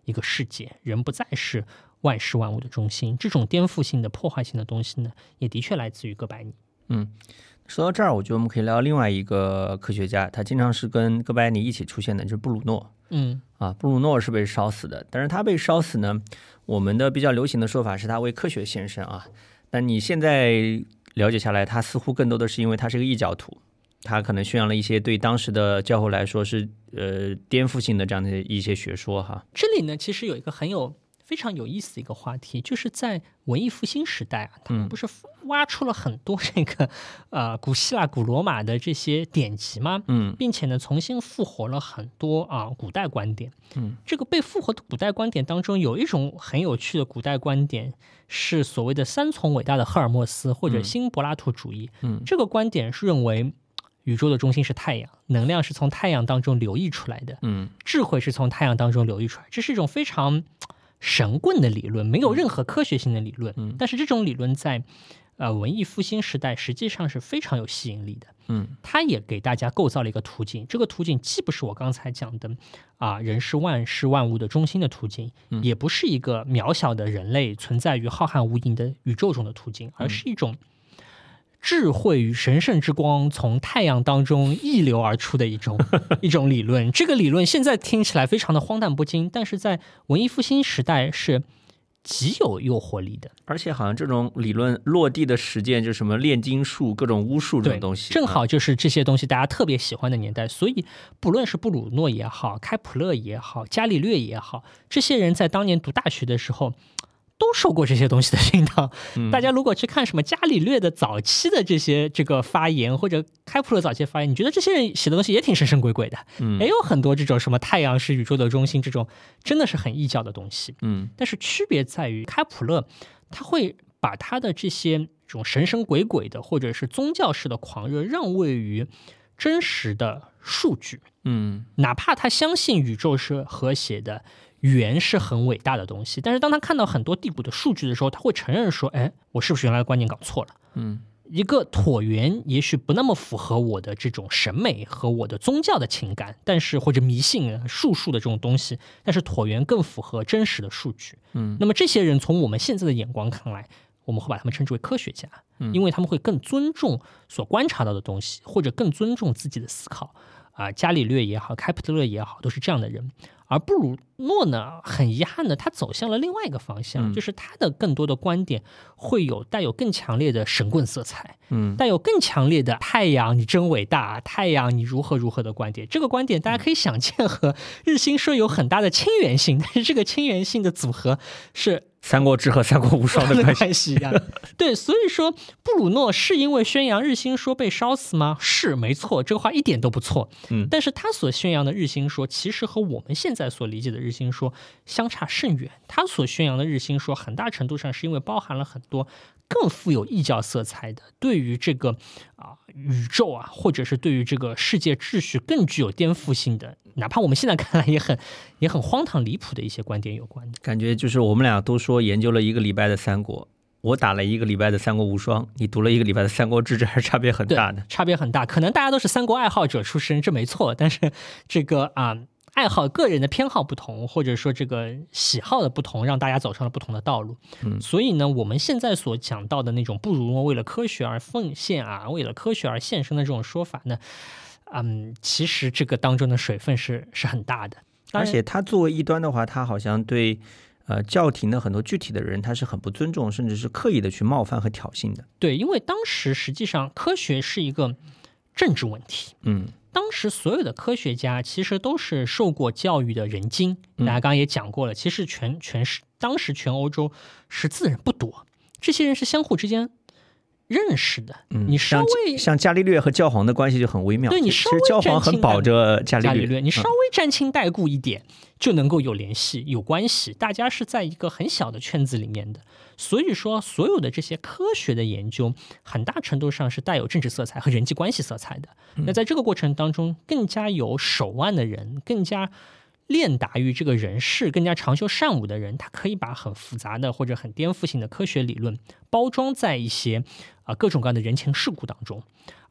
一个世界，人不再是万事万物的中心。这种颠覆性的破坏性的东西呢，也的确来自于哥白尼。 说到这儿，我觉得我们可以聊另外一个科学家，他经常是跟哥白尼一起出现的，就是布鲁诺。布鲁诺是被烧死的，但是他被烧死呢，我们的比较流行的说法是他为科学献身啊。但你现在了解下来，他似乎更多的是因为他是个异教徒，他可能宣扬了一些对当时的教会来说是颠覆性的这样的一些学说哈。 这里呢，其实有一个非常有意思的一个话题，就是在文艺复兴时代啊，他们不是挖出了很多这个古希腊、古罗马的这些典籍吗？并且呢，重新复活了很多古代观点。这个被复活的古代观点当中，有一种很有趣的古代观点，是所谓的三从伟大的赫尔墨斯或者新柏拉图主义。这个观点是认为宇宙的中心是太阳，能量是从太阳当中流溢出来的，智慧是从太阳当中流溢出来，这是一种非常神棍的理论，没有任何科学性的理论。但是这种理论在文艺复兴时代实际上是非常有吸引力的。它也给大家构造了一个途径，这个途径既不是我刚才讲的人是万事万物的中心的途径，也不是一个渺小的人类存在于浩瀚无垠的宇宙中的途径，而是一种智慧与神圣之光从太阳当中溢流而出的一种理论。这个理论现在听起来非常的荒诞不经，但是在文艺复兴时代是极有诱惑力的。 而且好像这种理论落地的实践，就是什么炼金术、各种巫术这种东西， 正好就是这些东西大家特别喜欢的年代。所以不论是布鲁诺也好，开普勒也好，伽利略也好，这些人在当年读大学的时候都受过这些东西的熏陶。大家如果去看什么伽利略的早期的这个发言，或者开普勒早期的发言，你觉得这些人写的东西也挺神神鬼鬼的，也有很多这种什么太阳是宇宙的中心，这种真的是很异教的东西。但是区别在于开普勒他会把他的这种神神鬼鬼的或者是宗教式的狂热让位于真实的数据。哪怕他相信宇宙是和谐的，圆是很伟大的东西，但是当他看到很多地补的数据的时候，他会承认说，我是不是原来的观念搞错了？一个椭圆也许不那么符合我的这种审美和我的宗教的情感，但是或者迷信术数的这种东西，但是椭圆更符合真实的数据。那么这些人从我们现在的眼光看来，我们会把他们称之为科学家，因为他们会更尊重所观察到的东西，或者更尊重自己的思考。伽利略也好，开普勒也好，都是这样的人。而布鲁诺呢，很遗憾的，他走向了另外一个方向，就是他的更多的观点会带有更强烈的神棍色彩，带有更强烈的太阳你真伟大，太阳你如何如何的观点。这个观点大家可以想见和日心说有很大的亲缘性，但是这个亲缘性的组合是三国志和三国无双的关系一样。对，所以说布鲁诺是因为宣扬日心说被烧死吗？是，没错，这个话一点都不错。但是他所宣扬的日心说其实和我们现在所理解的日心说相差甚远。他所宣扬的日心说很大程度上是因为包含了很多更富有异教色彩的，对于这个宇宙或者是对于这个世界秩序更具有颠覆性的，哪怕我们现在看来也很荒唐离谱的一些观点有关的。 感觉就是我们俩都说研究了一个礼拜的三国，我打了一个礼拜的三国无双，你读了一个礼拜的三国志，这还是差别很大的。 差别很大，可能大家都是三国爱好者出身，这没错，但是这个爱好个人的偏好不同，或者说这个喜好的不同，让大家走上了不同的道路。所以呢，我们现在所讲到的那种布鲁诺为了科学而奉献为了科学而献身的这种说法呢，其实这个当中的水分是很大的。 而且他作为异端的话，他好像对教廷的很多具体的人他是很不尊重，甚至是刻意的去冒犯和挑衅的。 对，因为当时实际上科学是一个政治问题。当时所有的科学家其实都是受过教育的人精，大家刚刚也讲过了，其实当时全欧洲识字的人不多，这些人是相互之间认识的。你稍微像伽利略和教皇的关系就很微妙。 对，你稍微其实教皇很保着伽利略， 你稍微沾亲带故一点就能够有联系有关系，大家是在一个很小的圈子里面的。所以说所有的这些科学的研究很大程度上是带有政治色彩和人际关系色彩的。那在这个过程当中，更加有手腕的人，更加练达于这个人事，更加长袖善舞的人，他可以把很复杂的或者很颠覆性的科学理论包装在一些各种各样的人情世故当中。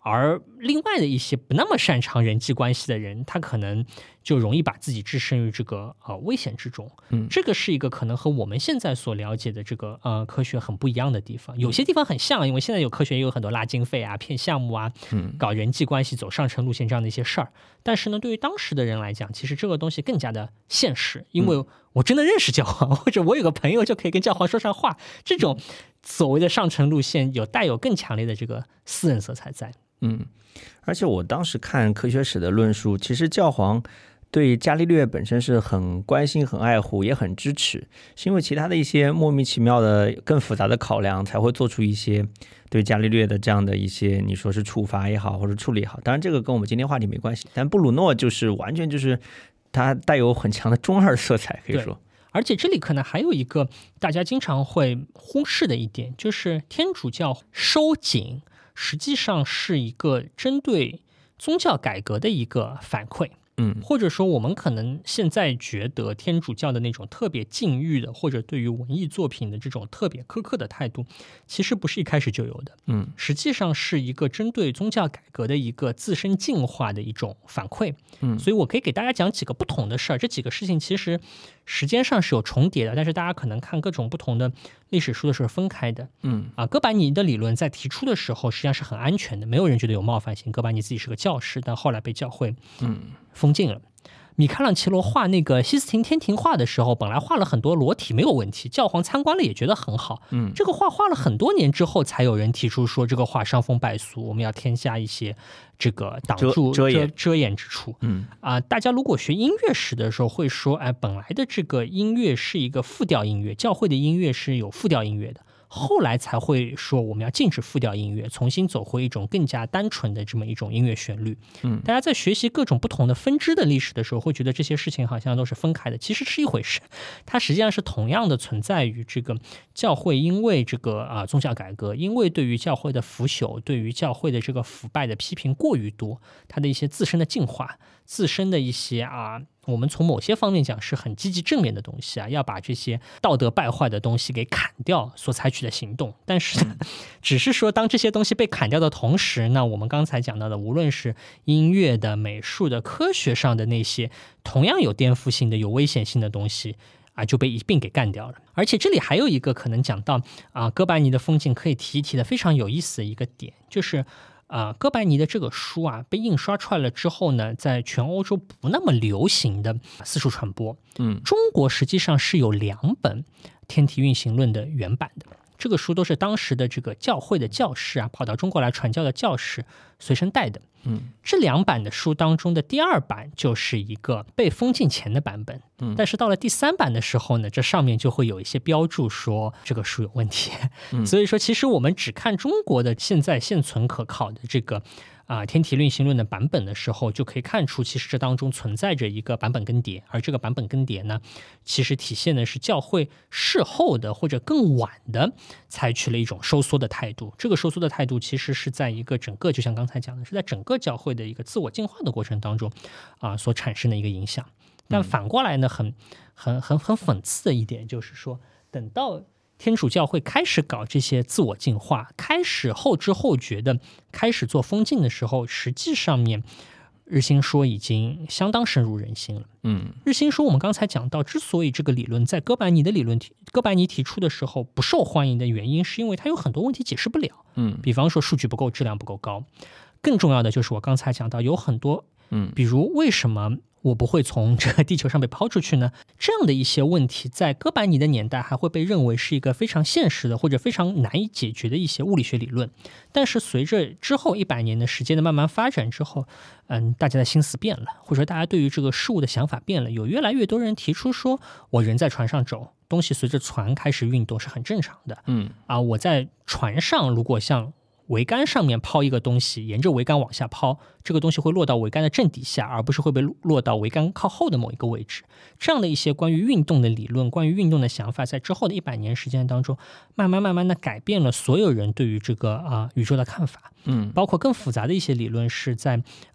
而另外的一些不那么擅长人际关系的人，他可能就容易把自己置身于这个危险之中。这个是一个可能和我们现在所了解的这个科学很不一样的地方。有些地方很像，因为现在有科学也有很多拉经费啊、骗项目啊、搞人际关系、走上层路线这样的一些事儿。但是呢，对于当时的人来讲，其实这个东西更加的现实，因为我真的认识教皇，或者我有个朋友就可以跟教皇说上话。这种所谓的上层路线带有更强烈的这个私人色彩在。 而且我当时看科学史的论述，其实教皇对伽利略本身是很关心、很爱护，也很支持，是因为其他的一些莫名其妙的、更复杂的考量，才会做出一些对伽利略的这样的一些，你说是处罚也好，或者处理也好。当然，这个跟我们今天话题没关系。但布鲁诺就是完全就是他带有很强的中二色彩，可以说。 而且这里可能还有一个大家经常会忽视的一点，就是天主教收紧实际上是一个针对宗教改革的一个反馈。或者说我们可能现在觉得天主教的那种特别禁欲的，或者对于文艺作品的这种特别苛刻的态度，其实不是一开始就有的。实际上是一个针对宗教改革的一个自身进化的一种反馈。所以我可以给大家讲几个不同的事儿，这几个事情其实时间上是有重叠的，但是大家可能看各种不同的历史书的时候分开的。哥白尼的理论在提出的时候实际上是很安全的，没有人觉得有冒犯性。哥白尼自己是个教士，但后来被教会封禁了。米开朗基罗画那个西斯廷天庭画的时候，本来画了很多裸体没有问题，教皇参观了也觉得很好。这个画画了很多年之后，才有人提出说这个画伤风败俗，我们要添加一些这个挡住遮掩之处。大家如果学音乐史的时候会说，本来的这个音乐是一个复调音乐，教会的音乐是有复调音乐的。后来才会说我们要禁止复调音乐，重新走回一种更加单纯的这么一种音乐旋律。大家在学习各种不同的分支的历史的时候，会觉得这些事情好像都是分开的，其实是一回事。它实际上是同样的存在于这个教会，因为这个宗教改革，因为对于教会的腐朽，对于教会的这个腐败的批评过于多，它的一些自身的进化，自身的一些我们从某些方面讲是很积极正面的东西要把这些道德败坏的东西给砍掉所采取的行动。但是只是说当这些东西被砍掉的同时呢，我们刚才讲到的无论是音乐的、美术的、科学上的那些同样有颠覆性的、有危险性的东西就被一并给干掉了。而且这里还有一个可能讲到哥白尼的封禁可以提一提的非常有意思的一个点，就是哥白尼的这个书被印刷出来了之后呢，在全欧洲不那么流行的四处传播。中国实际上是有2本天体运行论的原版的，这个书都是当时的这个教会的教士跑到中国来传教的教士随身带的。这2版的书当中的第2版就是一个被封禁前的版本。但是到了第3版的时候呢，这上面就会有一些标注说这个书有问题。所以说其实我们只看中国的现存可考的这个天体运行论的版本的时候，就可以看出其实这当中存在着一个版本更迭，而这个版本更迭呢，其实体现的是教会事后的或者更晚的采取了一种收缩的态度。这个收缩的态度其实是在一个整个，就像刚才讲的，是在整个教会的一个自我进化的过程当中所产生的一个影响。但反过来呢，很讽刺的一点就是说，等到天主教会开始搞这些自我进化，开始后知后觉的开始做封禁的时候，实际上面日心说已经相当深入人心了。日心说我们刚才讲到，之所以这个理论在哥白尼提出的时候不受欢迎的原因，是因为它有很多问题解释不了。比方说数据不够，质量不够高。更重要的就是我刚才讲到有很多比如为什么我不会从这个地球上被抛出去呢？这样的一些问题在哥白尼的年代还会被认为是一个非常现实的或者非常难以解决的一些物理学理论。但是随着之后100年的时间的慢慢发展之后，大家的心思变了，或者说大家对于这个事物的想法变了，有越来越多人提出说，我人在船上走，东西随着船开始运动是很正常的。我在船上如果像桅杆上面抛一个东西，沿着桅杆往下抛，这个东西会落到桅杆的正底下，而不是会被落到桅杆靠后的某一个位置。这样的一些关于运动的理论，关于运动的想法，在之后的100年时间当中，慢慢的改变了所有人对于这个宇宙的看法。包括更复杂的一些理论是在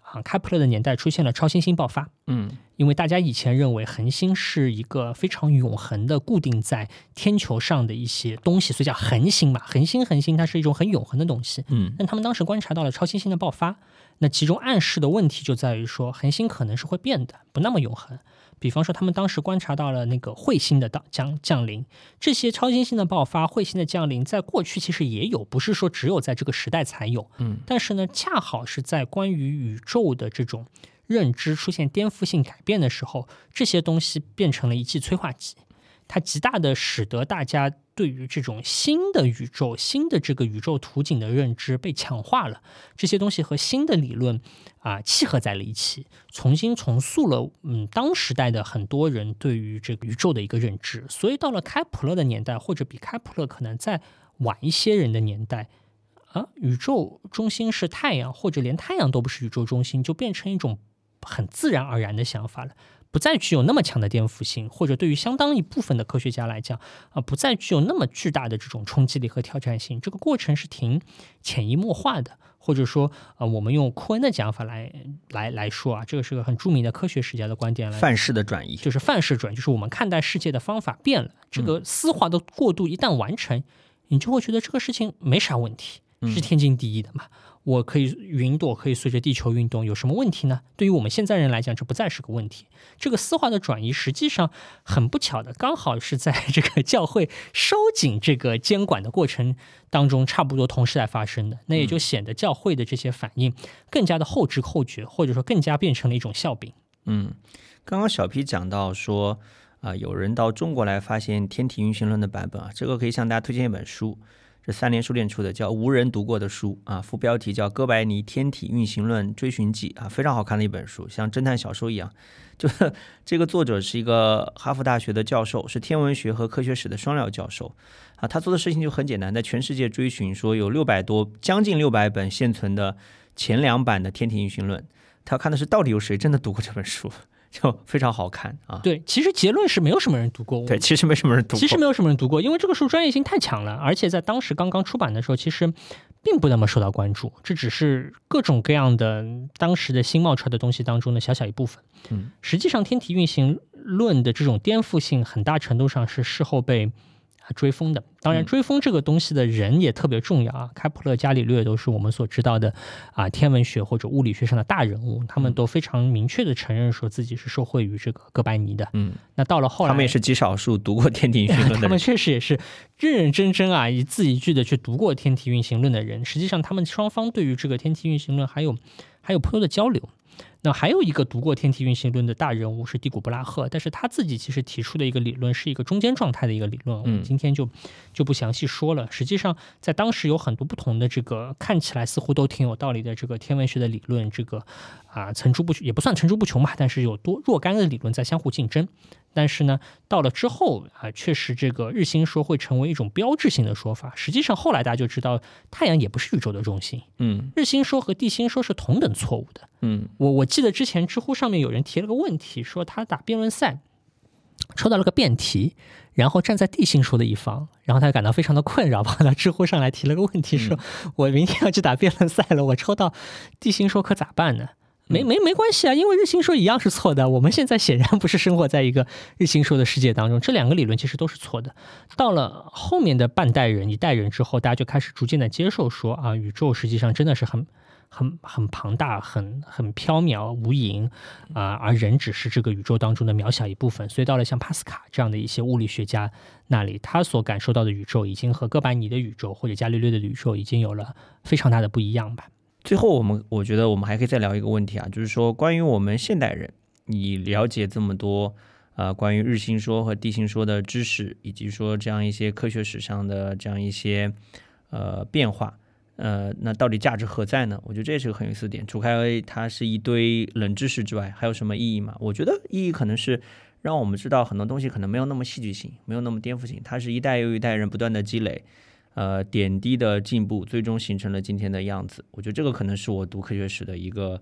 开普勒的年代出现了超新星爆发。因为大家以前认为恒星是一个非常永恒的固定在天球上的一些东西，所以叫恒星嘛，恒星它是一种很永恒的东西。但他们当时观察到了超新星的爆发，那其中暗示的问题就在于说恒星可能是会变的，不那么永恒。比方说他们当时观察到了那个彗星的降临，这些超新星的爆发，彗星的降临在过去其实也有，不是说只有在这个时代才有。但是呢恰好是在关于宇宙的这种认知出现颠覆性改变的时候，这些东西变成了一剂催化剂，它极大的使得大家对于这种新的宇宙、新的这个宇宙图景的认知被强化了，这些东西和新的理论契合在了一起，重新重塑了当时代的很多人对于这个宇宙的一个认知。所以到了开普勒的年代，或者比开普勒可能再晚一些人的年代，宇宙中心是太阳，或者连太阳都不是宇宙中心，就变成一种很自然而然的想法了，不再具有那么强的颠覆性，或者对于相当一部分的科学家来讲不再具有那么巨大的这种冲击力和挑战性。这个过程是挺潜移默化的，或者说我们用库恩的讲法来说这个是个很著名的科学史家的观点， 范式的转移， 就是范式转移，就是我们看待世界的方法变了，这个丝滑的过渡一旦完成，你就会觉得这个事情没啥问题，是天经地义的嘛。我可以云朵可以随着地球运动，有什么问题呢？对于我们现在人来讲，这不再是个问题。这个丝滑的转移实际上很不巧的，刚好是在这个教会收紧这个监管的过程当中差不多同时来发生的，那也就显得教会的这些反应更加的后知后觉，或者说更加变成了一种笑柄。 刚刚小 P 讲到说有人到中国来发现天体运行论的版本这个可以向大家推荐一本书，是三联书店出的，叫无人读过的书副标题叫《哥白尼天体运行论追寻记》非常好看的一本书，像侦探小说一样。就这个作者是一个哈佛大学的教授，是天文学和科学史的双料教授他做的事情就很简单，在全世界追寻说有将近600本现存的前2版的天体运行论，他看的是到底有谁真的读过这本书，就非常好看对，其实结论是没有什么人读过。 对，其实没什么人读过， 因为这个书专业性太强了，而且在当时刚刚出版的时候，其实并不那么受到关注，这只是各种各样的当时的新冒出来的东西当中的小小一部分。实际上天体运行论的这种颠覆性很大程度上是事后被追风的。当然追风这个东西的人也特别重要开普勒、伽利略都是我们所知道的天文学或者物理学上的大人物，他们都非常明确的承认说自己是受惠于这个哥白尼的。那到了后来， 他们也是极少数读过天体运行论的人他们确实也是认认真真一字一句的去读过天体运行论的人。实际上他们双方对于这个天体运行论还有颇多的交流。那还有一个读过天体运行论的大人物是蒂古布拉赫，但是他自己其实提出的一个理论是一个中间状态的一个理论，我们今天就不详细说了。实际上在当时有很多不同的这个看起来似乎都挺有道理的这个天文学的理论，这个层出不穷，也不算层出不穷吧，但是有若干的理论在相互竞争。但是呢到了之后确实这个日心说会成为一种标志性的说法。实际上后来大家就知道太阳也不是宇宙的中心，日心说和地心说是同等错误的。我记得之前知乎上面有人提了个问题，说他打辩论赛抽到了个辩题，然后站在地心说的一方，然后他感到非常的困扰，跑到知乎上来提了个问题，说我明天要去打辩论赛了，我抽到地心说可咋办呢？没关系因为日心说一样是错的，我们现在显然不是生活在一个日心说的世界当中，这两个理论其实都是错的。到了后面的半代人一代人之后，大家就开始逐渐的接受说宇宙实际上真的是很庞大，很缥缈无垠而人只是这个宇宙当中的渺小一部分。所以到了像帕斯卡这样的一些物理学家那里，他所感受到的宇宙已经和哥白尼的宇宙或者伽利略的宇宙已经有了非常大的不一样吧。 最后我觉得我们还可以再聊一个问题就是说关于我们现代人，你了解这么多关于日心说和地心说的知识，以及说这样一些科学史上的这样一些变化，那到底价值何在呢？我觉得这也是个很有意思的点。除开它是一堆冷知识之外，还有什么意义吗？我觉得意义可能是让我们知道很多东西可能没有那么戏剧性，没有那么颠覆性，它是一代又一代人不断的积累点滴的进步，最终形成了今天的样子。我觉得这个可能是我读科学史的一个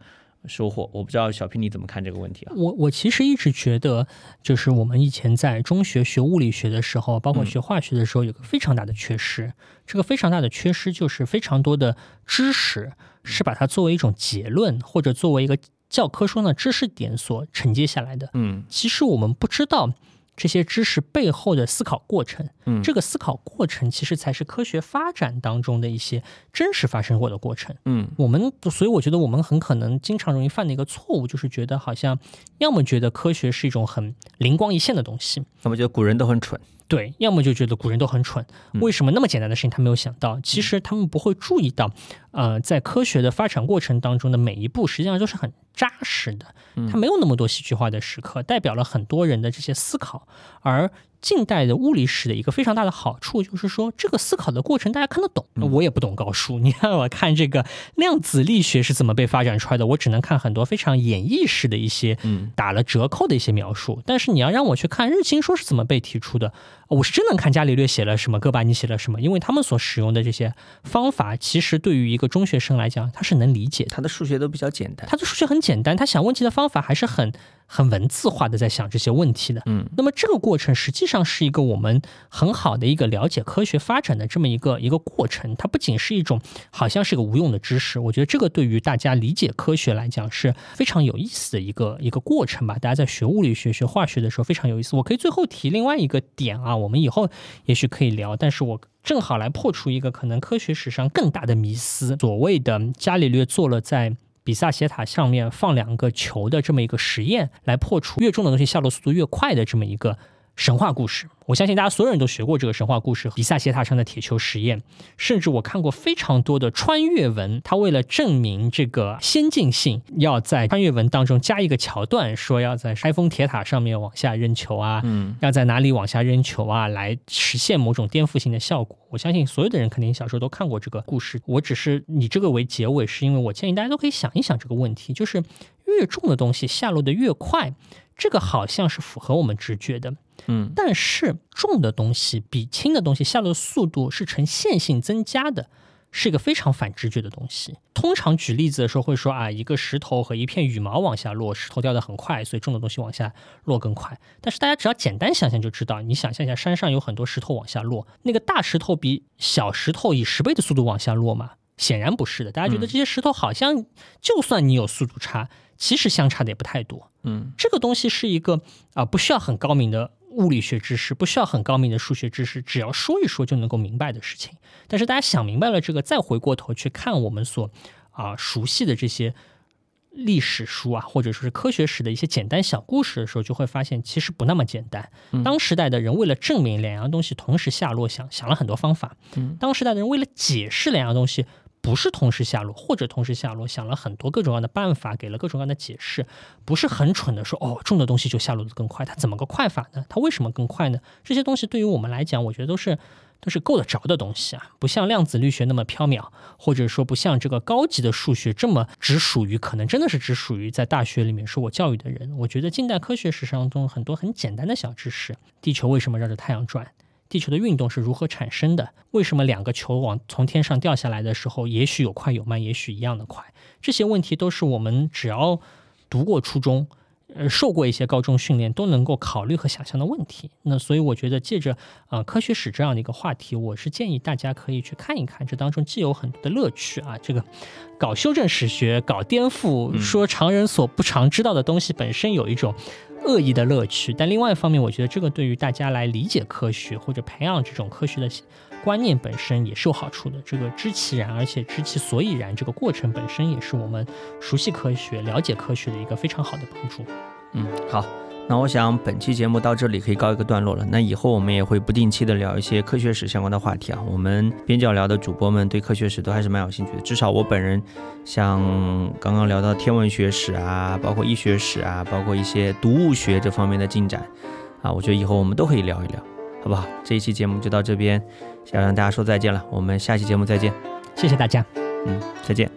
收获。我不知道小 P 你怎么看这个问题啊？ 我其实一直觉得，就是我们以前在中学学物理学的时候，包括学化学的时候，有个非常大的缺失。这个非常大的缺失就是非常多的知识是把它作为一种结论，或者作为一个教科书上的知识点所承接下来的。其实我们不知道这些知识背后的思考过程，这个思考过程其实才是科学发展当中的一些真实发生过的过程。所以我觉得我们很可能经常容易犯的一个错误，就是觉得好像要么觉得科学是一种很灵光一现的东西， 要么觉得古人都很蠢。 对，要么就觉得古人都很蠢，为什么那么简单的事情他没有想到？其实他们不会注意到，在科学的发展过程当中的每一步，实际上都是很扎实的，它没有那么多戏剧化的时刻，代表了很多人的这些思考。而近代的物理史的一个非常大的好处就是说，这个思考的过程大家看得懂。我也不懂高数，你让我看这个量子力学是怎么被发展出来的，我只能看很多非常演绎式的一些打了折扣的一些描述。但是你要让我去看日心说是怎么被提出的，我是真能看伽利略写了什么，哥白尼写了什么，因为他们所使用的这些方法，其实对于一个中学生来讲，他是能理解的。 他的数学都比较简单， 他的数学很简单，他想问题的方法还是很文字化的在想这些问题的。那么这个过程实际上是一个我们很好的一个了解科学发展的这么一个过程。它不仅是一种好像是个无用的知识，我觉得这个对于大家理解科学来讲是非常有意思的一个过程吧。大家在学物理学、学化学的时候非常有意思。我可以最后提另外一个点啊，我们以后也许可以聊，但是我正好来破除一个可能科学史上更大的迷思，所谓的伽利略做了在比萨斜塔上面放2个球的这么一个实验，来破除越重的东西下落速度越快的这么一个神话故事。我相信大家所有人都学过这个神话故事，比萨斜塔上的铁球实验，甚至我看过非常多的穿越文，他为了证明这个先进性，要在穿越文当中加一个桥段，说要在埃菲铁塔上面往下扔球啊，要在哪里往下扔球啊，来实现某种颠覆性的效果。我相信所有的人肯定小时候都看过这个故事，我只是以这个为结尾，是因为我建议大家都可以想一想这个问题，就是越重的东西下落的越快，这个好像是符合我们直觉的。但是重的东西比轻的东西下落的速度是呈线性增加的，是一个非常反直觉的东西。通常举例子的时候会说啊，一个石头和一片羽毛往下落，石头掉得很快，所以重的东西往下落更快。但是大家只要简单想想就知道，你想象一下，山上有很多石头往下落，那个大石头比小石头以10倍的速度往下落吗？显然不是的。大家觉得这些石头好像就算你有速度差，其实相差的也不太多。这个东西是一个不需要很高明的物理学知识，不需要很高明的数学知识，只要说一说就能够明白的事情。但是大家想明白了这个，再回过头去看我们所熟悉的这些历史书啊，或者说是科学史的一些简单小故事的时候，就会发现其实不那么简单。当时代的人为了证明2样东西同时下落，想了很多方法。当时代的人为了解释2样东西不是同时下落或者同时下落，想了很多各种各样的办法，给了各种各样的解释，不是很蠢的说重的东西就下落得更快，它怎么个快法呢？它为什么更快呢？这些东西对于我们来讲，我觉得都是够得着的东西啊，不像量子力学那么缥缈，或者说不像这个高级的数学这么可能真的是只属于在大学里面受过教育的人。我觉得近代科学史上中很多很简单的小知识，地球为什么绕着太阳转？地球的运动是如何产生的？为什么2个球从天上掉下来的时候，也许有快有慢，也许一样的快？这些问题都是我们只要读过初中，受过一些高中训练，都能够考虑和想象的问题。那所以我觉得借着科学史这样的一个话题，我是建议大家可以去看一看，这当中既有很多的乐趣啊，这个搞修正史学，搞颠覆，说常人所不常知道的东西本身有一种恶意的乐趣，但另外一方面，我觉得这个对于大家来理解科学或者培养这种科学的观念本身也是有好处的。这个知其然而且知其所以然，这个过程本身也是我们熟悉科学、了解科学的一个非常好的帮助。 好，那我想本期节目到这里可以告一个段落了。那以后我们也会不定期的聊一些科学史相关的话题啊。我们边角聊的主播们对科学史都还是蛮有兴趣的，至少我本人像刚刚聊到天文学史啊，包括医学史啊，包括一些毒物学这方面的进展啊，我觉得以后我们都可以聊一聊，好不好？这一期节目就到这边，想让大家说再见了，我们下期节目再见。 谢谢大家。 再见。